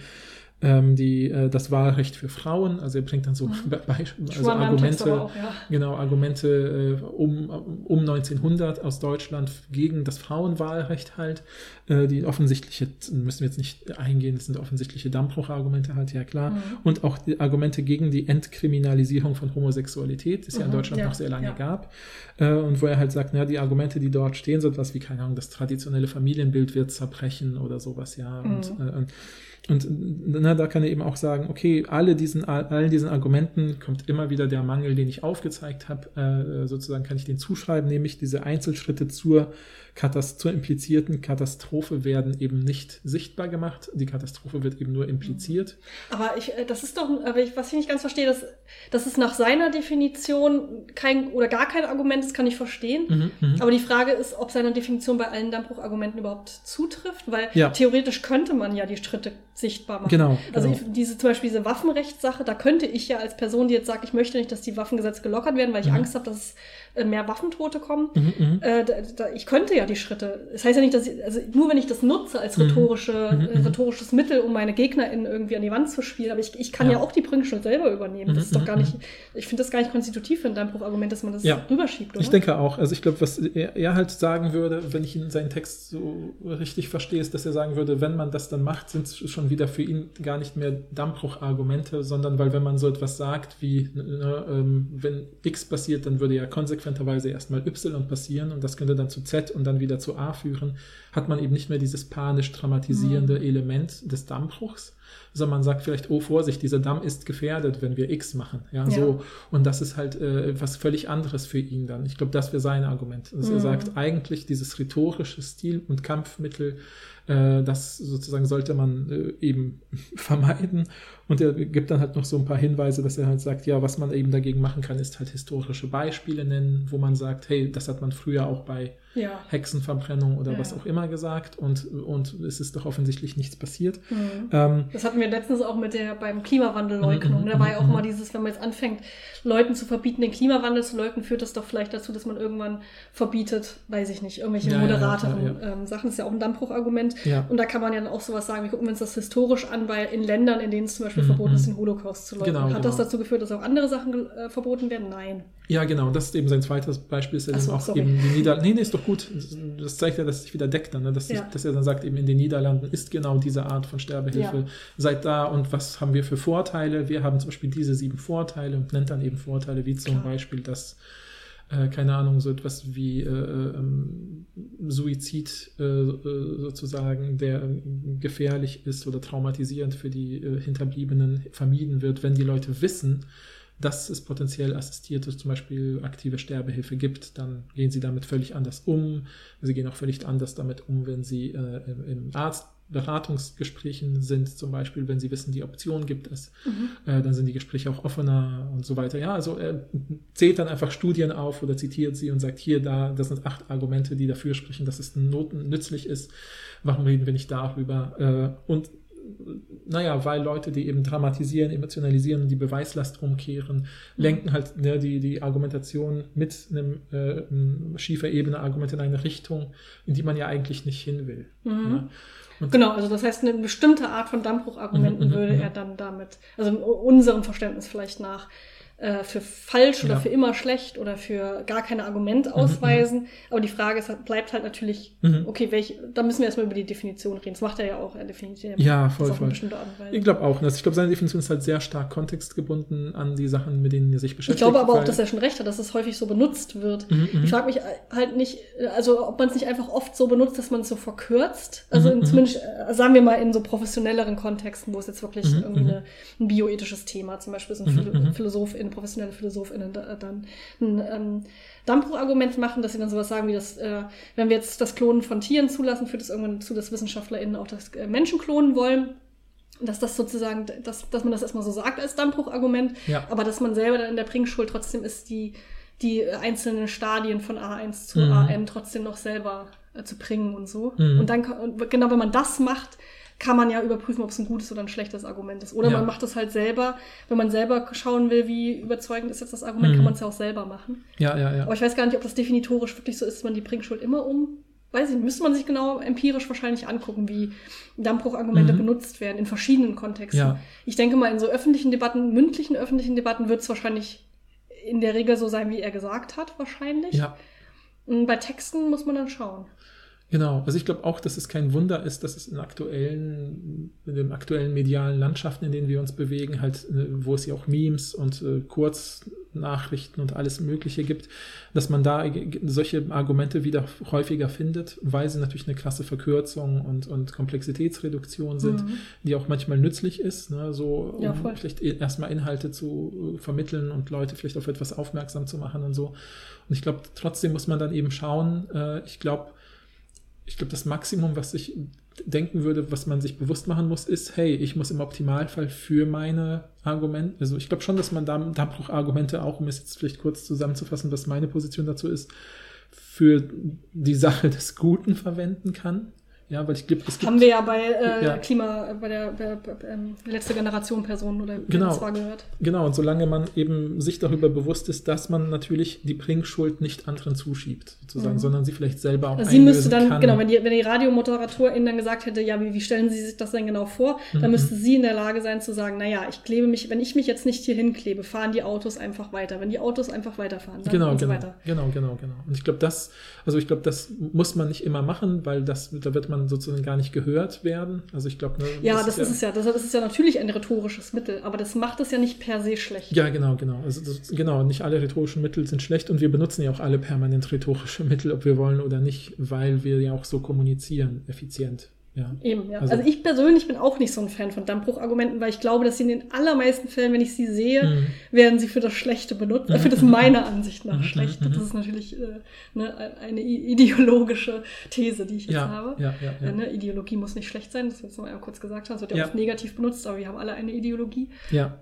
das Wahlrecht für Frauen, also er bringt dann so Argumente, Argumente um 1900 aus Deutschland gegen das Frauenwahlrecht halt, die offensichtliche, müssen wir jetzt nicht eingehen, das sind offensichtliche Dammbruch-Argumente halt, ja klar, und auch die Argumente gegen die Entkriminalisierung von Homosexualität, die es ja in Deutschland noch sehr lange gab, und wo er halt sagt, die Argumente, die dort stehen, sind was wie, keine Ahnung, das traditionelle Familienbild wird zerbrechen oder sowas, und da kann er eben auch sagen, okay, allen diesen Argumenten kommt immer wieder der Mangel, den ich aufgezeigt habe, sozusagen kann ich den zuschreiben, nämlich diese Einzelschritte zur implizierten Katastrophe werden eben nicht sichtbar gemacht. Die Katastrophe wird eben nur impliziert. Aber was ich nicht ganz verstehe, dass es nach seiner Definition gar kein Argument ist, kann ich verstehen. Aber die Frage ist, ob seine Definition bei allen Dammbruch-Argumenten überhaupt zutrifft, weil theoretisch könnte man ja die Schritte sichtbar machen. Genau. Also zum Beispiel diese Waffenrechtssache, da könnte ich ja als Person, die jetzt sagt, ich möchte nicht, dass die Waffengesetze gelockert werden, weil ich Angst habe, dass mehr Waffentote kommen. Ich könnte ja ja die Schritte. Das heißt ja nicht, dass nur wenn ich das nutze als rhetorisches Mittel, um meine GegnerInnen irgendwie an die Wand zu spielen, aber ich kann ja auch die Bringschuld selber übernehmen. Das ist doch gar nicht, ich finde das gar nicht konstitutiv für ein Dammbruchargument, dass man das rüberschiebt, oder? Ich denke auch. Also ich glaube, was er halt sagen würde, wenn ich ihn seinen Text so richtig verstehe, ist, dass er sagen würde, wenn man das dann macht, sind es schon wieder für ihn gar nicht mehr Dammbruchargumente, sondern weil wenn man so etwas sagt wie, wenn X passiert, dann würde ja konsequenterweise erstmal Y passieren und das könnte dann zu Z und dann wieder zu A führen, hat man eben nicht mehr dieses panisch dramatisierende Element des Dammbruchs, sondern man sagt vielleicht, oh Vorsicht, dieser Damm ist gefährdet, wenn wir X machen. So. Und das ist halt was völlig anderes für ihn dann. Ich glaube, das wäre sein Argument. Also er sagt eigentlich, dieses rhetorische Stil- und Kampfmittel, das sozusagen sollte man eben vermeiden. Und er gibt dann halt noch so ein paar Hinweise, dass er halt sagt, ja, was man eben dagegen machen kann, ist halt historische Beispiele nennen, wo man sagt, hey, das hat man früher auch bei Hexenverbrennung oder was auch immer gesagt und es ist doch offensichtlich nichts passiert. Das hatten wir letztens auch beim Klimawandelleugnung. Da war ja auch mal dieses, wenn man jetzt anfängt, Leuten zu verbieten, den Klimawandel zu leugnen, führt das doch vielleicht dazu, dass man irgendwann verbietet, weiß ich nicht, irgendwelche moderateren Sachen. Das ist ja auch ein Dammbruchargument. Ja. Und da kann man ja dann auch sowas sagen, wir gucken uns das historisch an, weil in Ländern, in denen es zum Beispiel verboten ist, den Holocaust zu leugnen. Hat das dazu geführt, dass auch andere Sachen verboten werden? Nein. Ja, genau. Das ist eben sein zweites Beispiel. Ist ja dann auch eben die Niederlande. Nee, ist doch gut. Das zeigt ja, dass es sich wieder deckt dann. Ne? Dass er dann sagt, eben in den Niederlanden ist genau diese Art von Sterbehilfe. Seid da und was haben wir für Vorteile? Wir haben zum Beispiel diese 7 Vorteile und nennt dann eben Vorteile, wie zum Beispiel, dass keine Ahnung, so etwas wie Suizid sozusagen, der gefährlich ist oder traumatisierend für die Hinterbliebenen, vermieden wird, wenn die Leute wissen, dass es potenziell assistierte, zum Beispiel aktive Sterbehilfe gibt, dann gehen sie damit völlig anders um. Sie gehen auch völlig anders damit um, wenn sie im Arztberatungsgesprächen sind, zum Beispiel, wenn sie wissen, die Option gibt es, dann sind die Gespräche auch offener und so weiter. Ja, also er zählt dann einfach Studien auf oder zitiert sie und sagt, das sind 8 Argumente, die dafür sprechen, dass es nützlich ist. Warum reden wir nicht darüber? Und weil Leute, die eben dramatisieren, emotionalisieren und die Beweislast umkehren, lenken halt die Argumentation mit einem schiefer Ebene Argument in eine Richtung, in die man ja eigentlich nicht hin will. Ja? Genau, also das heißt, eine bestimmte Art von Dammbruchargumenten würde er dann damit, also unserem Verständnis vielleicht nach, für falsch oder für immer schlecht oder für gar kein Argument ausweisen. Aber die Frage bleibt halt natürlich, okay, da müssen wir erstmal über die Definition reden. Das macht er ja auch, er definiert voll. Auf eine bestimmte Art und Weise. Ich glaube auch. Ich glaube, seine Definition ist halt sehr stark kontextgebunden an die Sachen, mit denen er sich beschäftigt. Ich glaube aber auch, dass er schon recht hat, dass es häufig so benutzt wird. Ich frage mich halt nicht, also ob man es nicht einfach oft so benutzt, dass man es so verkürzt. Also zumindest, sagen wir mal, in so professionelleren Kontexten, wo es jetzt wirklich irgendwie ein bioethisches Thema, zum Beispiel so ein professionelle PhilosophInnen dann ein Dammbruchargument machen, dass sie dann sowas sagen wie, dass wenn wir jetzt das Klonen von Tieren zulassen, führt es irgendwann zu, dass WissenschaftlerInnen auch das Menschen klonen wollen. Dass das sozusagen, dass man das erstmal so sagt als Dammbruchargument, aber dass man selber dann in der Bringschuld trotzdem ist, die einzelnen Stadien von A1 zu AN trotzdem noch selber zu bringen und so. Und dann, genau, wenn man das macht, kann man ja überprüfen, ob es ein gutes oder ein schlechtes Argument ist. Oder man macht es halt selber. Wenn man selber schauen will, wie überzeugend ist jetzt das Argument, kann man es ja auch selber machen. Ja. Aber ich weiß gar nicht, ob das definitorisch wirklich so ist, dass man die Bringschuld immer weiß ich nicht, müsste man sich genau empirisch wahrscheinlich angucken, wie Dammbruchargumente benutzt werden in verschiedenen Kontexten. Ja. Ich denke mal, in so mündlichen öffentlichen Debatten wird es wahrscheinlich in der Regel so sein, wie er gesagt hat, wahrscheinlich. Ja. Und bei Texten muss man dann schauen. Genau, also ich glaube auch, dass es kein Wunder ist, dass es in den aktuellen medialen Landschaften, in denen wir uns bewegen, halt, wo es ja auch Memes und Kurznachrichten und alles Mögliche gibt, dass man da solche Argumente wieder häufiger findet, weil sie natürlich eine krasse Verkürzung und Komplexitätsreduktion sind, die auch manchmal nützlich ist, ne, so um vielleicht erstmal Inhalte zu vermitteln und Leute vielleicht auf etwas aufmerksam zu machen und so. Und ich glaube, trotzdem muss man dann eben schauen, ich glaube, das Maximum, was ich denken würde, was man sich bewusst machen muss, ist, hey, ich muss im Optimalfall für meine Argumente, also ich glaube schon, dass man Dammbruchargumente auch, um es jetzt vielleicht kurz zusammenzufassen, was meine Position dazu ist, für die Sache des Guten verwenden kann. Ja, weil ich glaube, es gibt... Haben wir ja bei bei der letzte Generation Personen oder genau, gehört. Genau, und solange man eben sich darüber bewusst ist, dass man natürlich die Bringschuld nicht anderen zuschiebt, sozusagen, sondern sie vielleicht selber auch sie müsste dann, kann. genau, wenn die Radiomoderatorin dann gesagt hätte, ja, wie stellen Sie sich das denn genau vor, dann müsste sie in der Lage sein zu sagen, naja, wenn ich mich jetzt nicht hier hinklebe, fahren die Autos einfach weiter. Wenn die Autos einfach weiterfahren, dann und so weiter. Genau. Und ich glaube, das muss man nicht immer machen, weil da wird man sozusagen gar nicht gehört werden. Also ich glaube, das ist es ja. Deshalb ist es ja natürlich ein rhetorisches Mittel, aber das macht es ja nicht per se schlecht. Ja, genau. Also nicht alle rhetorischen Mittel sind schlecht und wir benutzen ja auch alle permanent rhetorische Mittel, ob wir wollen oder nicht, weil wir ja auch so kommunizieren, effizient. Ja. Eben, ja. Also ich persönlich bin auch nicht so ein Fan von Dammbruchargumenten, weil ich glaube, dass sie in den allermeisten Fällen, wenn ich sie sehe, werden sie für das Schlechte benutzt, für das meiner Ansicht nach Schlechte. Das ist natürlich eine ideologische These, die ich jetzt habe. Ja. Ideologie muss nicht schlecht sein, das wir jetzt noch einmal kurz gesagt haben. Es wird ja oft negativ benutzt, aber wir haben alle eine Ideologie. Ja.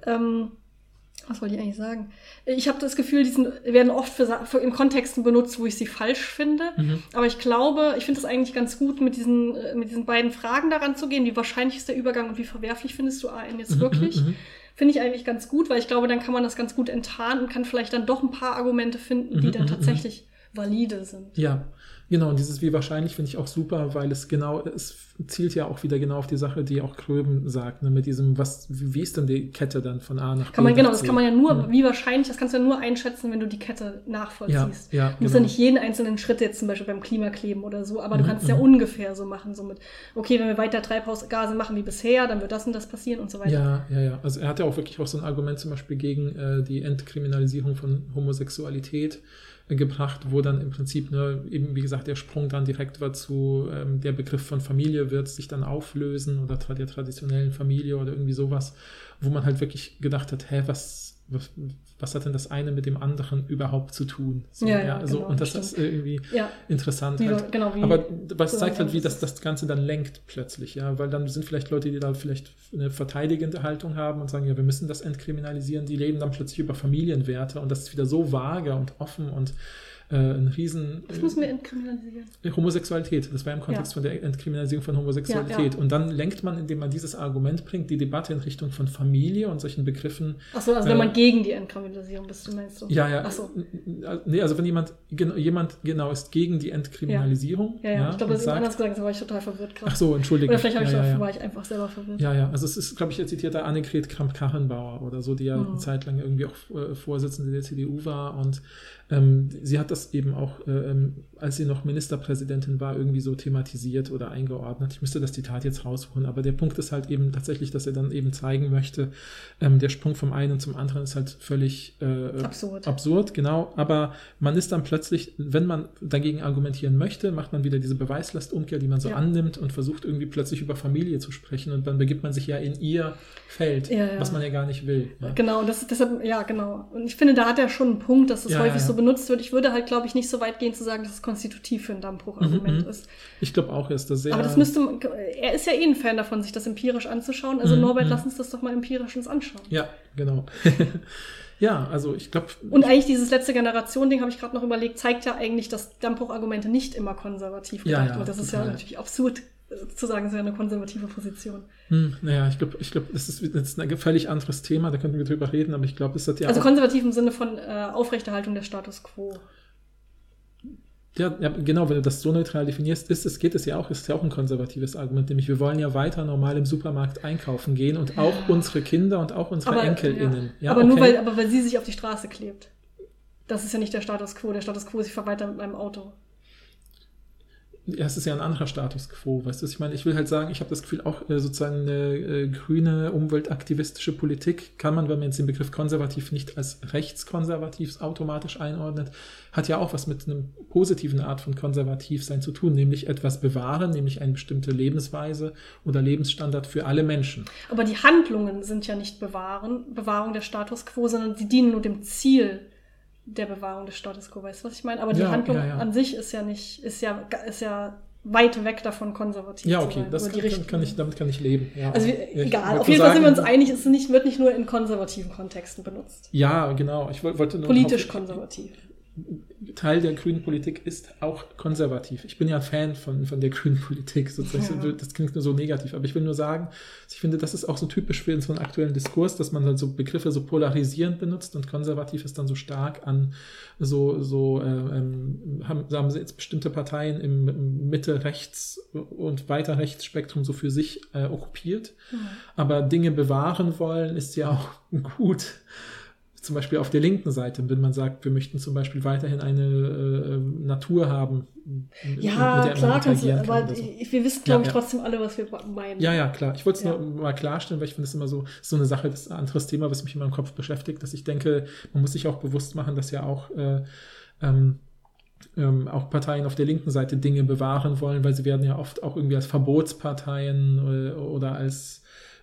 Was wollte ich eigentlich sagen? Ich habe das Gefühl, werden oft in Kontexten benutzt, wo ich sie falsch finde. Aber ich finde es eigentlich ganz gut, mit diesen beiden Fragen daran zu gehen. Wie wahrscheinlich ist der Übergang und wie verwerflich findest du AN jetzt wirklich? Finde ich eigentlich ganz gut, weil ich glaube, dann kann man das ganz gut enttarnen und kann vielleicht dann doch ein paar Argumente finden, die dann tatsächlich valide sind. Ja, genau. Und dieses wie wahrscheinlich finde ich auch super, weil es zielt ja auch wieder genau auf die Sache, die auch Gröben sagt, ne, mit diesem, wie ist denn die Kette dann von A nach B? Das kann man ja nur, wie wahrscheinlich, das kannst du ja nur einschätzen, wenn du die Kette nachvollziehst. Ja, du musst ja nicht jeden einzelnen Schritt jetzt zum Beispiel beim Klimakleben oder so, aber du kannst es ja ungefähr so machen, so mit, okay, wenn wir weiter Treibhausgase machen wie bisher, dann wird das und das passieren und so weiter. Ja. Also er hat ja auch wirklich auch so ein Argument zum Beispiel gegen die Entkriminalisierung von Homosexualität gebracht, wo dann im Prinzip eben, wie gesagt, der Sprung dann direkt war zu der Begriff von Familie wird sich dann auflösen oder der traditionellen Familie oder irgendwie sowas, wo man halt wirklich gedacht hat, was hat denn das eine mit dem anderen überhaupt zu tun? So, genau, und das stimmt. Ist irgendwie interessant. Aber was zeigt halt, wie das Ganze dann lenkt plötzlich, ja, weil dann sind vielleicht Leute, die da vielleicht eine verteidigende Haltung haben und sagen, ja, wir müssen das entkriminalisieren, die reden dann plötzlich über Familienwerte und das ist wieder so vage und offen und ein riesen... Was müssen wir entkriminalisieren? Homosexualität. Das war im Kontext von der Entkriminalisierung von Homosexualität. Und dann lenkt man, indem man dieses Argument bringt, die Debatte in Richtung von Familie und solchen Begriffen. Achso, also wenn man gegen die Entkriminalisierung bist, meinst du? Ja. Achso. Nee, also wenn jemand ist gegen die Entkriminalisierung. Ja. Ich glaube, das ist anders gesagt, da war ich total verwirrt gerade. Ach so, Entschuldigung. Oder vielleicht war ich einfach selber verwirrt. Ja. Also es ist, glaube ich, zitiert da Annegret Kramp-Karrenbauer oder so, die ja eine Zeit lang irgendwie auch Vorsitzende der CDU war und sie hat das eben auch, als sie noch Ministerpräsidentin war, irgendwie so thematisiert oder eingeordnet. Ich müsste das Zitat jetzt rausholen, aber der Punkt ist halt eben tatsächlich, dass er dann eben zeigen möchte, der Sprung vom einen zum anderen ist halt völlig absurd, genau. Aber man ist dann plötzlich, wenn man dagegen argumentieren möchte, macht man wieder diese Beweislastumkehr, die man so annimmt und versucht irgendwie plötzlich über Familie zu sprechen und dann begibt man sich ja in ihr Feld, was man ja gar nicht will. Ja. Genau, genau. Und ich finde, da hat er schon einen Punkt, dass es häufig so benutzt wird. Ich würde halt, glaube ich, nicht so weit gehen zu sagen, dass es konstitutiv für ein Dammbruchargument ist. Ich glaube auch, er ist da sehr... Aber er ist ja ein Fan davon, sich das empirisch anzuschauen. Also Norbert, lass uns das doch mal empirisch uns anschauen. Ja, genau. Ja, also ich glaube... Und eigentlich dieses letzte Generation-Ding, habe ich gerade noch überlegt, zeigt ja eigentlich, dass Dammbruchargumente nicht immer konservativ gedacht wird. Das ist ja natürlich absurd zu sagen, es ist ja eine konservative Position. Naja, ich glaube, das ist jetzt ein völlig anderes Thema, da könnten wir drüber reden, aber ich glaube, es hat ja also konservativ im Sinne von Aufrechterhaltung des Status quo. Ja, genau, wenn du das so neutral definierst, ist ja auch ein konservatives Argument, nämlich wir wollen ja weiter normal im Supermarkt einkaufen gehen und auch unsere Kinder und auch unsere EnkelInnen. Ja, aber nur weil sie sich auf die Straße klebt. Das ist ja nicht der Status quo. Der Status quo ist, ich fahre weiter mit meinem Auto. Ja, es ist ja ein anderer Status quo, weißt du? Ich meine, ich will halt sagen, ich habe das Gefühl, auch sozusagen eine grüne, umweltaktivistische Politik kann man, wenn man jetzt den Begriff konservativ nicht als rechtskonservativ automatisch einordnet, hat ja auch was mit einer positiven Art von Konservativsein zu tun, nämlich etwas bewahren, nämlich eine bestimmte Lebensweise oder Lebensstandard für alle Menschen. Aber die Handlungen sind ja nicht Bewahrung der Status quo, sondern sie dienen nur dem Ziel der Bewahrung des Status quo, weißt du, was ich meine? Aber die Handlung an sich ist ja weit weg davon, konservativ zu sein. Damit kann ich leben. Ja. Also egal, auf jeden Fall sind wir uns einig, es wird nicht nur in konservativen Kontexten benutzt. Ja, genau. Ich wollte nur politisch konservativ. Teil der grünen Politik ist auch konservativ. Ich bin ja Fan von der grünen Politik, sozusagen. Ja. Das klingt nur so negativ, aber ich will nur sagen, ich finde, das ist auch so typisch für so einen aktuellen Diskurs, dass man halt so Begriffe so polarisierend benutzt und konservativ ist dann so stark an haben sie jetzt bestimmte Parteien im Mitte-Rechts- und weiter Rechtsspektrum so für sich okkupiert. Mhm. Aber Dinge bewahren wollen ist ja auch gut. Zum Beispiel auf der linken Seite, wenn man sagt, wir möchten zum Beispiel weiterhin eine Natur haben. Ja, mit der klar, aber so. Wir wissen, glaube ich, trotzdem alle, was wir meinen. Ja, klar. Ich wollte es nur mal klarstellen, weil ich finde es immer so eine Sache, das ist ein anderes Thema, was mich in meinem Kopf beschäftigt, dass ich denke, man muss sich auch bewusst machen, dass ja auch Parteien auf der linken Seite Dinge bewahren wollen, weil sie werden ja oft auch irgendwie als Verbotsparteien oder als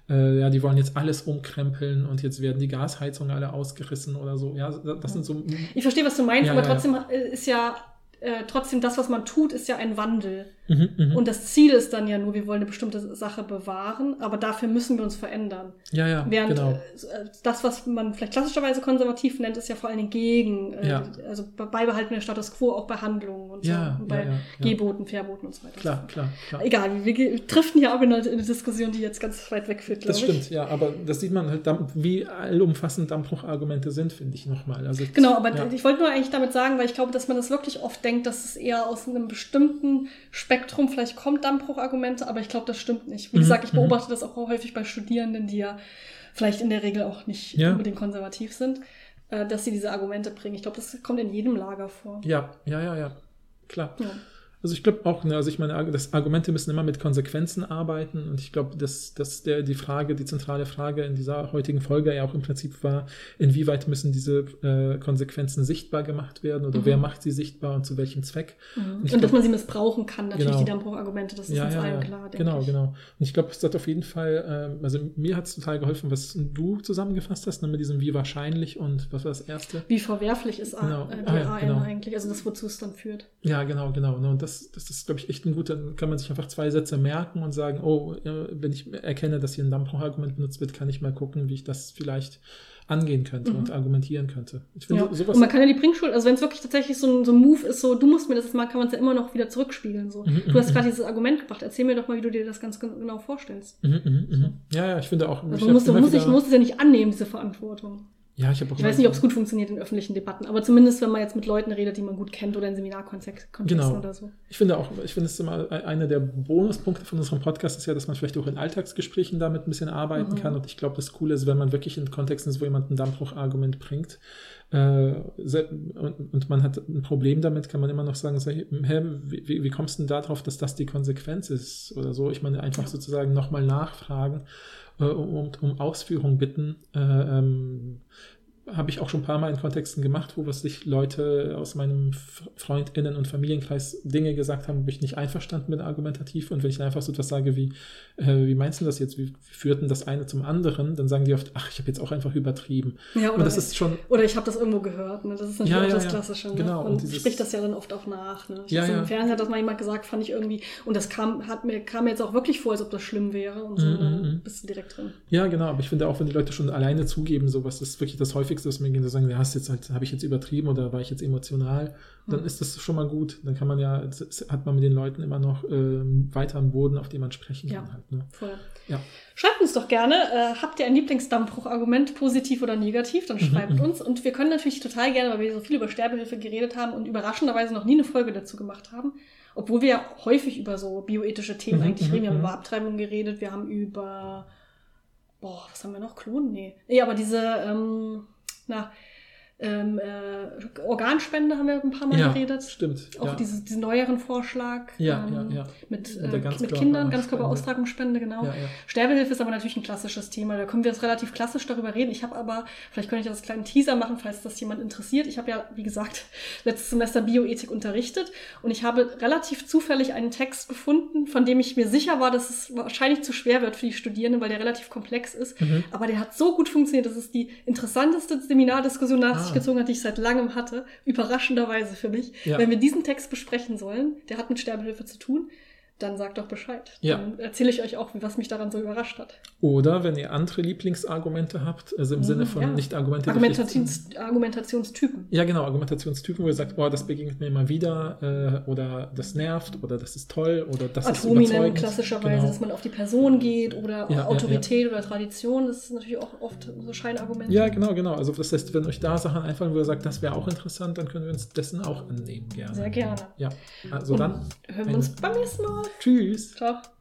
die wollen jetzt alles umkrempeln und jetzt werden die Gasheizungen alle ausgerissen oder so. Ja, das sind so... Ich verstehe, was du meinst, aber trotzdem ist ja trotzdem das, was man tut, ist ja ein Wandel. Und das Ziel ist dann ja nur, wir wollen eine bestimmte Sache bewahren, aber dafür müssen wir uns verändern. Ja, während genau. Das, was man vielleicht klassischerweise konservativ nennt, ist ja vor allen Dingen gegen, also Beibehalten der Status quo auch bei Handlungen und so, und bei Geboten, Verboten und so weiter. Klar. Egal, wir driften hier ab in eine Diskussion, die jetzt ganz weit wegführt, glaube ich. Das stimmt, ja, aber das sieht man halt, wie allumfassend Dammbruchargumente sind, finde ich nochmal. Also genau, aber ich wollte nur eigentlich damit sagen, weil ich glaube, dass man das wirklich oft denkt, dass es eher aus einem bestimmten Spektrum vielleicht kommt, Dammbruchargumente, aber ich glaube, das stimmt nicht. Wie gesagt, ich beobachte das auch häufig bei Studierenden, die ja vielleicht in der Regel auch nicht unbedingt konservativ sind, dass sie diese Argumente bringen. Ich glaube, das kommt in jedem Lager vor. Ja, klar. Ja. Also ich glaube auch, also ich meine, das Argumente müssen immer mit Konsequenzen arbeiten und ich glaube, dass die zentrale Frage in dieser heutigen Folge ja auch im Prinzip war, inwieweit müssen diese Konsequenzen sichtbar gemacht werden oder wer macht sie sichtbar und zu welchem Zweck. Und dass man sie missbrauchen kann, natürlich die Dammbruchargumente, das ist uns allen klar, denke ich. Genau. Und ich glaube, es hat auf jeden Fall, also mir hat es total geholfen, was du zusammengefasst hast, mit diesem wie wahrscheinlich und was war das erste? Wie verwerflich ist AN eigentlich, also das, wozu es dann führt. Ja, genau. Und das ist, glaube ich, echt ein guter, dann kann man sich einfach 2 Sätze merken und sagen, wenn ich erkenne, dass hier ein Dammbruchargument benutzt wird, kann ich mal gucken, wie ich das vielleicht angehen könnte und argumentieren könnte. Ich finde sowas. Und man kann ja die Bringschuld, also wenn es wirklich tatsächlich so ein Move ist, so, du musst mir das jetzt mal, kann man es ja immer noch wieder zurückspiegeln. So. Du hast gerade dieses Argument gebracht, erzähl mir doch mal, wie du dir das ganz genau vorstellst. Ja, ich finde auch. Also man muss es ja nicht annehmen, diese Verantwortung. Ja, ich weiß nicht, ob es gut funktioniert in öffentlichen Debatten, aber zumindest, wenn man jetzt mit Leuten redet, die man gut kennt oder in Seminarkontexten oder so. Ich finde es immer, einer der Bonuspunkte von unserem Podcast ist ja, dass man vielleicht auch in Alltagsgesprächen damit ein bisschen arbeiten kann und ich glaube, das Coole ist, wenn man wirklich in Kontexten ist, wo jemand ein Dammbruchargument bringt und man hat ein Problem damit, kann man immer noch sagen, wie kommst du denn darauf, dass das die Konsequenz ist oder so? Ich meine, einfach sozusagen nochmal nachfragen um Ausführung bitten, habe ich auch schon ein paar Mal in Kontexten gemacht, wo sich Leute aus meinem FreundInnen- und Familienkreis Dinge gesagt haben, wo ich nicht einverstanden bin argumentativ und wenn ich dann einfach so etwas sage wie meinst du das jetzt, wie führt denn das eine zum anderen, dann sagen die oft, ach, ich habe jetzt auch einfach übertrieben. Ja, und das ist schon, oder ich habe das irgendwo gehört, ne? Das ist natürlich auch das Klassische. Ne? Genau. Und spricht das ja dann oft auch nach. Ne? Im Fernsehen hat das mal jemand gesagt, fand ich irgendwie, und das kam mir jetzt auch wirklich vor, als ob das schlimm wäre und so, dann bist du direkt drin. Ja, genau, aber ich finde auch, wenn die Leute schon alleine zugeben, so was ist wirklich das Häufigste, was mir gehen, zu sagen, habe ich jetzt übertrieben oder war ich jetzt emotional, dann ist das schon mal gut. Dann kann man hat man mit den Leuten immer noch weiter am Boden, auf dem man sprechen kann. Halt, ne? Voll. Ja. Schreibt uns doch gerne, habt ihr ein Lieblingsdammbruchargument, positiv oder negativ, dann schreibt uns. Und wir können natürlich total gerne, weil wir so viel über Sterbehilfe geredet haben und überraschenderweise noch nie eine Folge dazu gemacht haben, obwohl wir ja häufig über so bioethische Themen eigentlich reden. Wir haben über Abtreibung geredet, wir haben über, was haben wir noch? Klonen? Nee, aber diese, Organspende haben wir ein paar Mal geredet. Stimmt. Auch diesen neueren Vorschlag mit Ganzkörper Kindern, Ganzkörperaustragungsspende, genau. Ja. Sterbehilfe ist aber natürlich ein klassisches Thema. Da können wir jetzt relativ klassisch darüber reden. Ich habe aber, vielleicht könnte ich das als kleinen Teaser machen, falls das jemand interessiert. Ich habe ja, wie gesagt, letztes Semester Bioethik unterrichtet und ich habe relativ zufällig einen Text gefunden, von dem ich mir sicher war, dass es wahrscheinlich zu schwer wird für die Studierenden, weil der relativ komplex ist. Aber der hat so gut funktioniert. Das ist die interessanteste Seminardiskussion nach sich gezogen hat, die ich seit langem hatte, überraschenderweise für mich. Wenn wir diesen Text besprechen sollen, der hat mit Sterbehilfe zu tun, dann sagt doch Bescheid. Ja. Dann erzähle ich euch auch, was mich daran so überrascht hat. Oder wenn ihr andere Lieblingsargumente habt, also im Sinne von nicht Argumente. Argumentationstypen. Ja, genau, Argumentationstypen, wo ihr sagt, das begegnet mir immer wieder oder das nervt oder das ist toll oder das ist überzeugend. Klassischerweise, dass man auf die Person geht oder Autorität oder Tradition, das ist natürlich auch oft so Scheinargumente. Ja, genau. Also das heißt, wenn euch da Sachen einfallen, wo ihr sagt, das wäre auch interessant, dann können wir uns dessen auch annehmen, gerne. Sehr gerne. Ja, also dann hören wir uns beim nächsten Mal. Tschüss. Ciao.